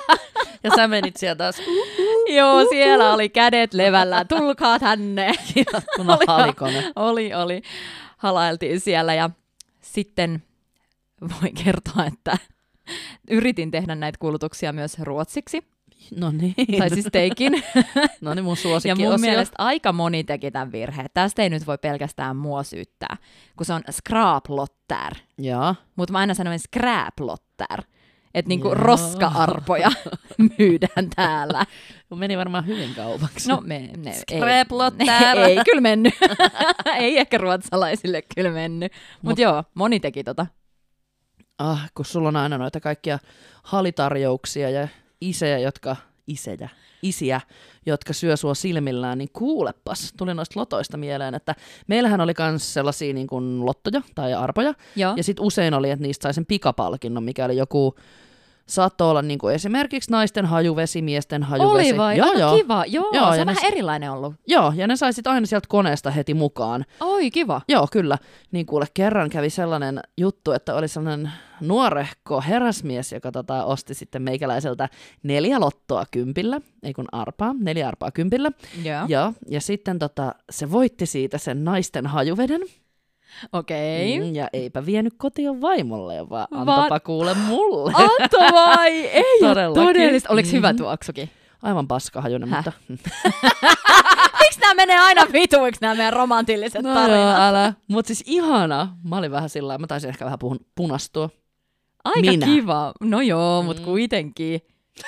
Speaker 2: Ja sä menit sieltä taas.
Speaker 1: Joo, siellä oli kädet levällä. Tulkaa tänne.
Speaker 2: Kivattuna halikone.
Speaker 1: Oli, oli. Halailtiin siellä ja sitten voin kertoa, että yritin tehdä näitä kuulutuksia myös ruotsiksi.
Speaker 2: No niin.
Speaker 1: Tai siis teikin.
Speaker 2: No niin, mun
Speaker 1: Ja
Speaker 2: suosikkiosio.
Speaker 1: mun mielestä aika moni teki tämän virheen. Tästä ei nyt voi pelkästään mua syyttää, kun se on scraplotter.
Speaker 2: Joo.
Speaker 1: Mutta mä aina sanoin scraplotter. Että niinku
Speaker 2: Joo.
Speaker 1: roska-arpoja myydään täällä.
Speaker 2: Meni varmaan hyvin kaupaksi.
Speaker 1: No me, ne,
Speaker 2: Scraplotter.
Speaker 1: ei, ei kyllä mennyt. Ei ehkä ruotsalaisille kyllä mennyt. Mutta Mut joo, moni teki tota.
Speaker 2: Ah, kun sulla on aina noita kaikkia halitarjouksia ja isejä, jotka, isejä, isiä, jotka syö sua silmillään, niin kuulepas, tuli noista lotoista mieleen, että meillähän oli myös sellaisia niin kuin lottoja tai arpoja,
Speaker 1: Joo.
Speaker 2: ja sitten usein oli, että niistä sai sen pikapalkinnon, mikä oli joku, saattoi olla niin kuin esimerkiksi naisten hajuvesi, miesten hajuvesi.
Speaker 1: Oli vai?
Speaker 2: Joo,
Speaker 1: Aika
Speaker 2: joo.
Speaker 1: kiva. Joo,
Speaker 2: Joo,
Speaker 1: se
Speaker 2: ja
Speaker 1: on
Speaker 2: ne
Speaker 1: vähän
Speaker 2: s-
Speaker 1: erilainen ollut.
Speaker 2: Joo, ja ne sai sitten aina sieltä koneesta heti mukaan.
Speaker 1: Oi, kiva.
Speaker 2: Joo, kyllä. Niin kuule, kerran kävi sellainen juttu, että oli sellainen nuorehko herrasmies, joka tota, osti sitten meikäläiseltä neljä lottoa kympillä, ei kun arpaa, neljä arpaa kympillä.
Speaker 1: Joo.
Speaker 2: Ja, ja sitten tota, se voitti siitä sen naisten hajuveden.
Speaker 1: Okei.
Speaker 2: Mm, ja eipä vienyt kotiin vaimolle, vaan
Speaker 1: Va-
Speaker 2: antapa kuule mulle.
Speaker 1: Anto vai? Ei ole
Speaker 2: Todellakin.
Speaker 1: todellista. Oliko hyvä
Speaker 2: Mhm.
Speaker 1: tuoksukin?
Speaker 2: Aivan paskahajunen,
Speaker 1: Häh?
Speaker 2: mutta...
Speaker 1: Miksi nämä menee aina vituiksi, nämä meidän romantilliset
Speaker 2: No
Speaker 1: tarinat?
Speaker 2: joo, älä. Mutta siis ihana. Mä olin vähän sillä mä taisin ehkä vähän puhun, punastua.
Speaker 1: Aika
Speaker 2: Minä.
Speaker 1: kiva. No joo,
Speaker 2: Mm.
Speaker 1: mut kuitenkin.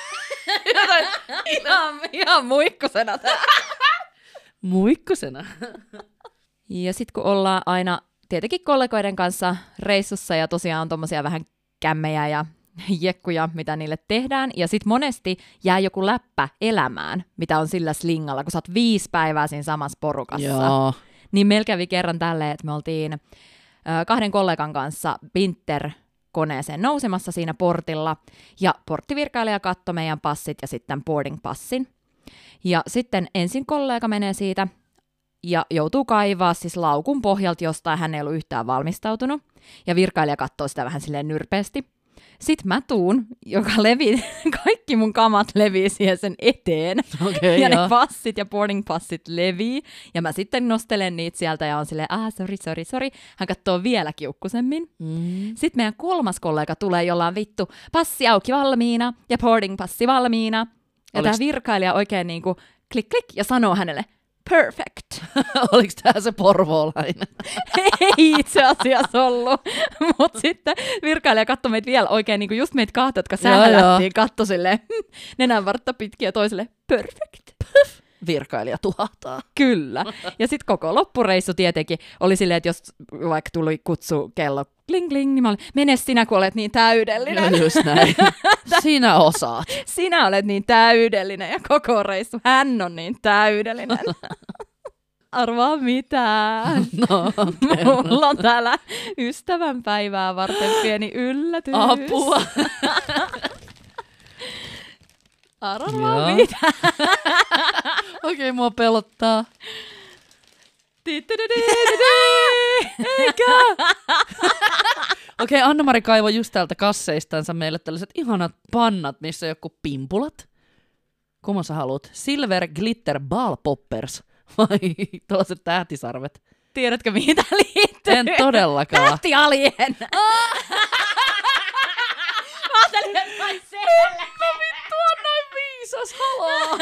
Speaker 1: ihan, ihan muikkusena tää.
Speaker 2: Muikkusena.
Speaker 1: Ja sit kun ollaan aina tietenkin kollegoiden kanssa reissussa ja tosiaan on tommosia vähän kämmejä ja jekkuja, mitä niille tehdään. Ja sit monesti jää joku läppä elämään, mitä on sillä slingalla, kun sä oot viisi päivää siinä samassa porukassa.
Speaker 2: Joo.
Speaker 1: Niin meillä kävi kerran tälleen, että me oltiin ö, kahden kollegan kanssa Binter-koneeseen nousemassa siinä portilla, ja porttivirkailija katsoi meidän passit ja sitten boarding-passin. Ja sitten ensin kollega menee siitä ja joutuu kaivaa siis laukun pohjalta jostain, hän ei ollut yhtään valmistautunut, ja virkailija katsoo sitä vähän silleen nyrpeästi. Sitten mä tuun, joka levi, kaikki mun kamat levii siihen sen eteen.
Speaker 2: Okei,
Speaker 1: Ja ne
Speaker 2: joo.
Speaker 1: passit ja boarding-passit levii. Ja mä sitten nostelen niitä sieltä ja on silleen, ah, sori, sori, sori. Hän katsoo vielä kiukkusemmin.
Speaker 2: Mm.
Speaker 1: Sitten meidän kolmas kollega tulee, jolla on vittu passi auki valmiina ja boarding-passi valmiina. Ja
Speaker 2: Oliks-
Speaker 1: tämä virkailija oikein niinku klik klik ja sanoo hänelle, perfect.
Speaker 2: Oliko tää se porvoolainen?
Speaker 1: Ei itse asiassa ollut, mutta sitten virkailija katsoi meitä vielä oikein niinku just meitä kahta, jotka
Speaker 2: Joo, joo.
Speaker 1: sählättiin, katsoi silleen nenänvartta pitkiä ja toiselle perfect.
Speaker 2: Virkailija tuhahtaa.
Speaker 1: Kyllä. Ja sitten koko loppureissu tietenkin oli silleen, että jos vaikka tuli kutsu kello kling kling, niin mä olin, mene sinä, kun olet niin täydellinen.
Speaker 2: Just näin. Sinä osaat.
Speaker 1: Sinä olet niin täydellinen ja koko reissu, hän on niin täydellinen. Arvaa mitä.
Speaker 2: No,
Speaker 1: Mulla on täällä ystävänpäivää varten pieni yllätys.
Speaker 2: apua.
Speaker 1: Arvaa
Speaker 2: Joo.
Speaker 1: mitä.
Speaker 2: Okei, okay, mua pelottaa.
Speaker 1: Eikä.
Speaker 2: Okei, okay, Anna-Mari kaivoi just täältä kasseistansa meille tällaiset ihanat pannat, missä on joku pimpulat. Kumman sä haluat? Silver Glitter Ball Poppers vai tällaiset tähtisarvet?
Speaker 1: Tiedätkö, mihin tää liittyy?
Speaker 2: En todellakaan.
Speaker 1: Tähti alien. Mä ajattelin, että vai siellä.
Speaker 2: Vittu on noin viisas, haloo!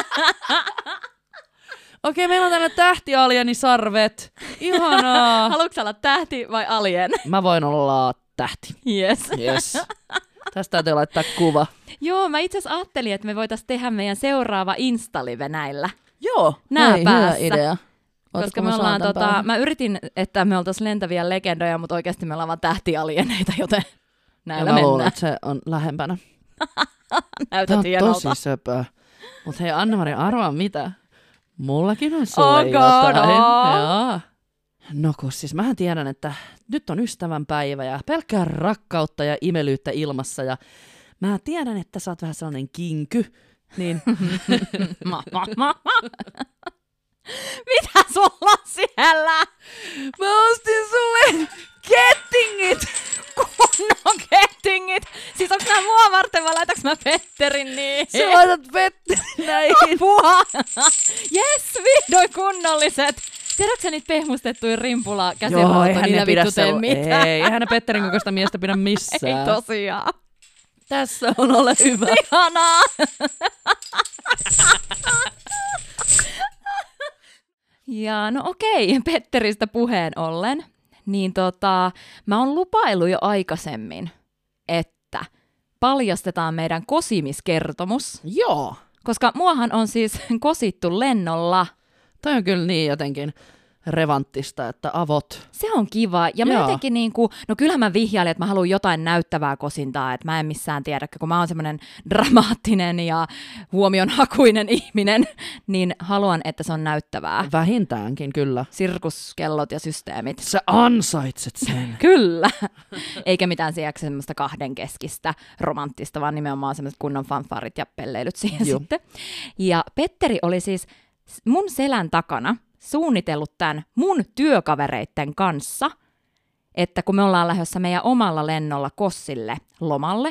Speaker 2: Okei, okay, meillä on tänne tähtialienisarvet. Ihanaa.
Speaker 1: Haluatko sä olla tähti vai alien?
Speaker 2: Mä voin olla tähti.
Speaker 1: Yes.
Speaker 2: Yes. Tästä täytyy laittaa kuva.
Speaker 1: Joo, mä itse asiassa ajattelin, että me voitaisiin tehdä meidän seuraava Insta-live näillä.
Speaker 2: Joo.
Speaker 1: Nää
Speaker 2: hei,
Speaker 1: päässä.
Speaker 2: hyvä idea. Ootko
Speaker 1: Koska
Speaker 2: mä
Speaker 1: me ollaan,
Speaker 2: saan tän
Speaker 1: tota,
Speaker 2: päähän?
Speaker 1: mä yritin, että me oltaisiin lentäviä legendoja, mutta oikeasti me ollaan vaan tähtialieneita, joten
Speaker 2: Ja
Speaker 1: näillä
Speaker 2: mä luulen,
Speaker 1: mennään.
Speaker 2: että se on lähempänä. Tää
Speaker 1: Näytät
Speaker 2: on
Speaker 1: hienolta.
Speaker 2: tosi söpöä. Mut hei, Anna-Mari, arvaa mitä? Mullakin on sulle
Speaker 1: Onko?
Speaker 2: jotain.
Speaker 1: No.
Speaker 2: Joo. No kun siis mähän tiedän, että nyt on ystävänpäivä ja pelkkää rakkautta ja imelyyttä ilmassa ja mä tiedän, että sä oot vähän sellainen kinky, niin
Speaker 1: Ma, ma, ma, ma. Mitä sulla on siellä?
Speaker 2: mä ostin sulle kettingit!
Speaker 1: Kunnon kettingit. Siis onks nää mua varten vai laitaks mä Petterin niin?
Speaker 2: Sä laitat vettä näihin.
Speaker 1: Apua! Jes, vihdoin kunnolliset. Tiedätkö sä niitä pehmustettuja rimpulaa
Speaker 2: Joo,
Speaker 1: käsiruotoja,
Speaker 2: eihän
Speaker 1: niillä
Speaker 2: ne pidä
Speaker 1: vittu tee
Speaker 2: sella-
Speaker 1: mitään.
Speaker 2: Ei, eihän ne Petterin kokoista miestä pidä missään.
Speaker 1: Ei tosiaan.
Speaker 2: Tässä on, ole hyvä.
Speaker 1: Ihanaa! Ja no okei, Petteristä puheen ollen, niin tota, mä oon lupaillut jo aikaisemmin, että paljastetaan meidän kosimiskertomus,
Speaker 2: Joo.
Speaker 1: koska muahan on siis kosittu lennolla.
Speaker 2: Toi on kyllä niin jotenkin revanttista, että avot.
Speaker 1: Se on kiva. Ja mä
Speaker 2: Joo.
Speaker 1: jotenkin niinku, no kyllähän mä vihjailin, että mä haluan jotain näyttävää kosintaa, että mä en missään tiedä, kun mä oon semmoinen dramaattinen ja huomionhakuinen ihminen, niin haluan, että se on näyttävää.
Speaker 2: Vähintäänkin kyllä.
Speaker 1: Sirkuskellot ja systeemit.
Speaker 2: Sä ansaitset sen.
Speaker 1: Kyllä. Eikä mitään sieltä semmoista kahdenkeskistä romanttista, vaan nimenomaan semmoiset kunnon fanfarit ja pelleilyt siihen
Speaker 2: Joo.
Speaker 1: sitten. Ja Petteri oli siis mun selän takana suunnitellut tämän mun työkavereitten kanssa, että kun me ollaan lähdössä meidän omalla lennolla Kossille lomalle,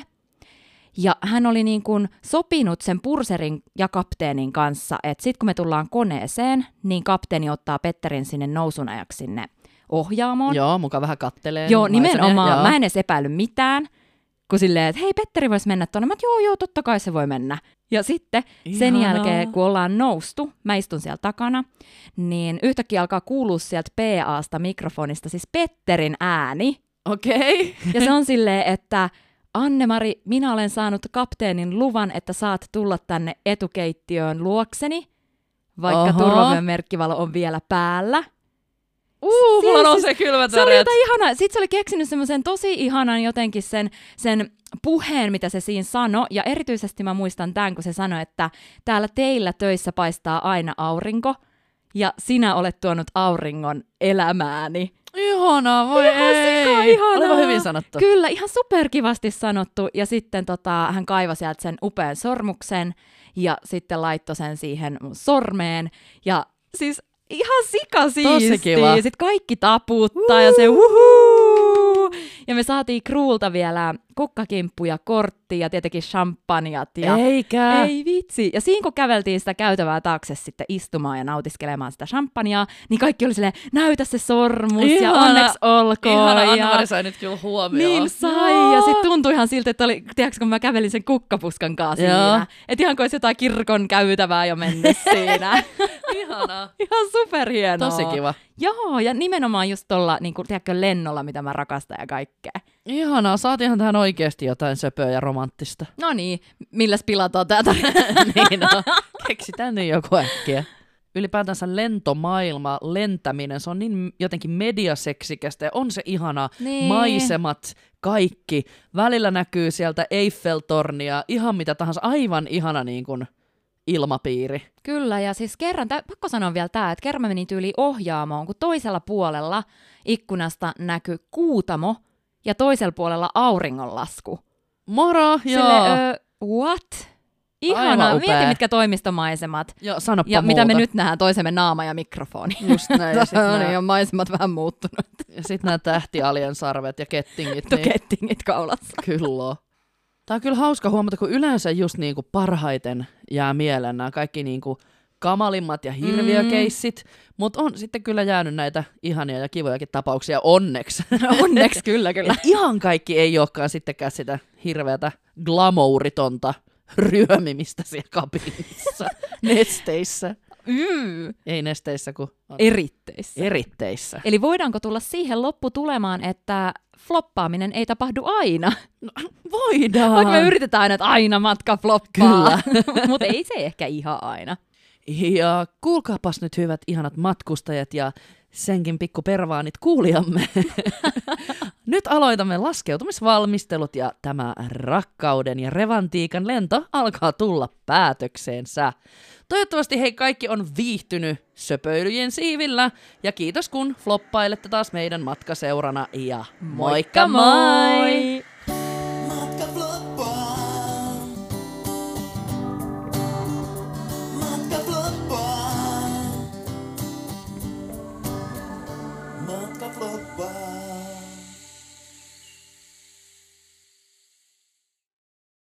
Speaker 1: ja hän oli niin kuin sopinut sen purserin ja kapteenin kanssa, että sitten kun me tullaan koneeseen, niin kapteeni ottaa Petterin sinne nousun ajaksi sinne ohjaamoon.
Speaker 2: Joo, muka vähän kattelee.
Speaker 1: Joo, nimenomaan.
Speaker 2: Joo.
Speaker 1: Mä en edes epäily mitään, kun silleen, että hei, Petteri voisi mennä tuonne. Mä oon, joo, joo, totta kai se voi mennä. Ja sitten sen
Speaker 2: Ihanaa.
Speaker 1: jälkeen, kun ollaan noustu, mä istun siellä takana, niin yhtäkkiä alkaa kuulua sieltä P A:sta mikrofonista siis Petterin ääni.
Speaker 2: Okei. Okay.
Speaker 1: Ja se on silleen, että Anne-Mari, minä olen saanut kapteenin luvan, että saat tulla tänne etukeittiöön luokseni, vaikka
Speaker 2: Oho.
Speaker 1: turvavyön merkkivalo on vielä päällä.
Speaker 2: Uh, mulla
Speaker 1: Siis-
Speaker 2: nousee kylmät
Speaker 1: Se oli
Speaker 2: väreet.
Speaker 1: jotain ihanaa. Sitten se oli keksinyt semmoisen tosi ihanan jotenkin sen, sen puheen, mitä se siinä sanoi. Ja erityisesti mä muistan tämän, kun se sanoi, että täällä teillä töissä paistaa aina aurinko. Ja sinä olet tuonut auringon elämääni.
Speaker 2: Ihanaa, voi
Speaker 1: Ihan
Speaker 2: ei.
Speaker 1: sika-ihanaa.
Speaker 2: Olipa hyvin sanottu.
Speaker 1: Kyllä, ihan superkivasti sanottu. Ja sitten tota, hän kaivoi sieltä sen upean sormuksen ja sitten laittoi sen siihen mun sormeen. Ja siis ihan sikasiistiä.
Speaker 2: Tosi kiva.
Speaker 1: Sitten kaikki taputtaa ja se uhuu. Ja me saatiin Kruulta vielä kukkakimppu ja kortti ja tietenkin champanjat. Ja
Speaker 2: Eikä.
Speaker 1: ei vitsi. Ja siinä kun käveltiin sitä käytävää taakse sitten istumaan ja nautiskelemaan sitä champagnea, niin kaikki oli silleen, näytä se sormus ja
Speaker 2: Ihana.
Speaker 1: onneksi olkoon.
Speaker 2: Ihana,
Speaker 1: ja...
Speaker 2: Anne-Mari sai nyt kyllä huomioon.
Speaker 1: Niin sai, ja sitten tuntui ihan siltä, että oli, tiedätkö, kun mä kävelin sen kukkapuskan kanssa
Speaker 2: Joo.
Speaker 1: siinä. Että ihan kuin olisi jotain kirkon käytävää jo mennyt siinä.
Speaker 2: Ihanaa.
Speaker 1: Ihan superhienoa.
Speaker 2: Tosi kiva.
Speaker 1: Joo, ja nimenomaan just tuolla, niin kuin, tiedätkö, lennolla, mitä mä rakastan ja kaikkea.
Speaker 2: Ihanaa, saatiinhan tähän oikeasti jotain söpöä ja romanttista.
Speaker 1: No niin, milläs pilataan tää tarina?
Speaker 2: Niin no, keksitään nyt joku äkkiä. Ylipäätänsä lentomaailma, lentäminen, se on niin jotenkin mediaseksikästä ja on se ihana.
Speaker 1: Niin.
Speaker 2: Maisemat, kaikki. Välillä näkyy sieltä Eiffel-tornia, ihan mitä tahansa, aivan ihana niin kuin ilmapiiri.
Speaker 1: Kyllä, ja siis kerran, tä, pakko sanoa vielä tämä, että kerran mä menin tyyliin ohjaamoon, kun toisella puolella ikkunasta näkyi Kuutamo ja toisella puolella auringonlasku.
Speaker 2: Moro,
Speaker 1: Sille,
Speaker 2: joo.
Speaker 1: ö, what? Ihanaa.
Speaker 2: Aivan upea.
Speaker 1: Mieti, mitkä toimistomaisemat.
Speaker 2: Joo, sanoppa
Speaker 1: Ja
Speaker 2: muuta.
Speaker 1: mitä me nyt nähdään, toisemme naama ja mikrofoni.
Speaker 2: Just näin. Ja sit,
Speaker 1: No niin,
Speaker 2: nää,
Speaker 1: on maisemat vähän muuttunut.
Speaker 2: ja sit nää tähtialien sarvet ja kettingit. Niin,
Speaker 1: Kettingit kaulassa.
Speaker 2: kyllä on. Tää on kyllä hauska huomata, kun yleensä just niinku parhaiten jää mieleen nämä kaikki niinku kamalimmat ja hirviökeissit, mm. mutta on sitten kyllä jäänyt näitä ihania ja kivojakin tapauksia onneksi.
Speaker 1: Onneksi kyllä, kyllä.
Speaker 2: Et ihan kaikki ei olekaan sittenkään sitä hirveätä glamouritonta ryömimistä siellä kabinissa, nesteissä.
Speaker 1: Mm.
Speaker 2: Ei nesteissä, kun on
Speaker 1: Eritteissä.
Speaker 2: eritteissä.
Speaker 1: Eli voidaanko tulla siihen lopputulemaan, että floppaaminen ei tapahdu aina?
Speaker 2: No, voidaan.
Speaker 1: Vaikka me yritetään aina, että aina matka floppaa.
Speaker 2: Kyllä.
Speaker 1: Mutta ei se ehkä ihan aina.
Speaker 2: Ja kuulkaapas nyt hyvät ihanat matkustajat ja senkin pikku pervaanit kuulijamme. Nyt aloitamme laskeutumisvalmistelut ja tämä rakkauden ja revantiikan lento alkaa tulla päätökseensä. Toivottavasti hei kaikki on viihtynyt söpöilyjen siivillä ja kiitos kun floppailette taas meidän matkaseurana ja moikka moi!
Speaker 3: Matka floppaa. Matka floppaa. Matka floppaa.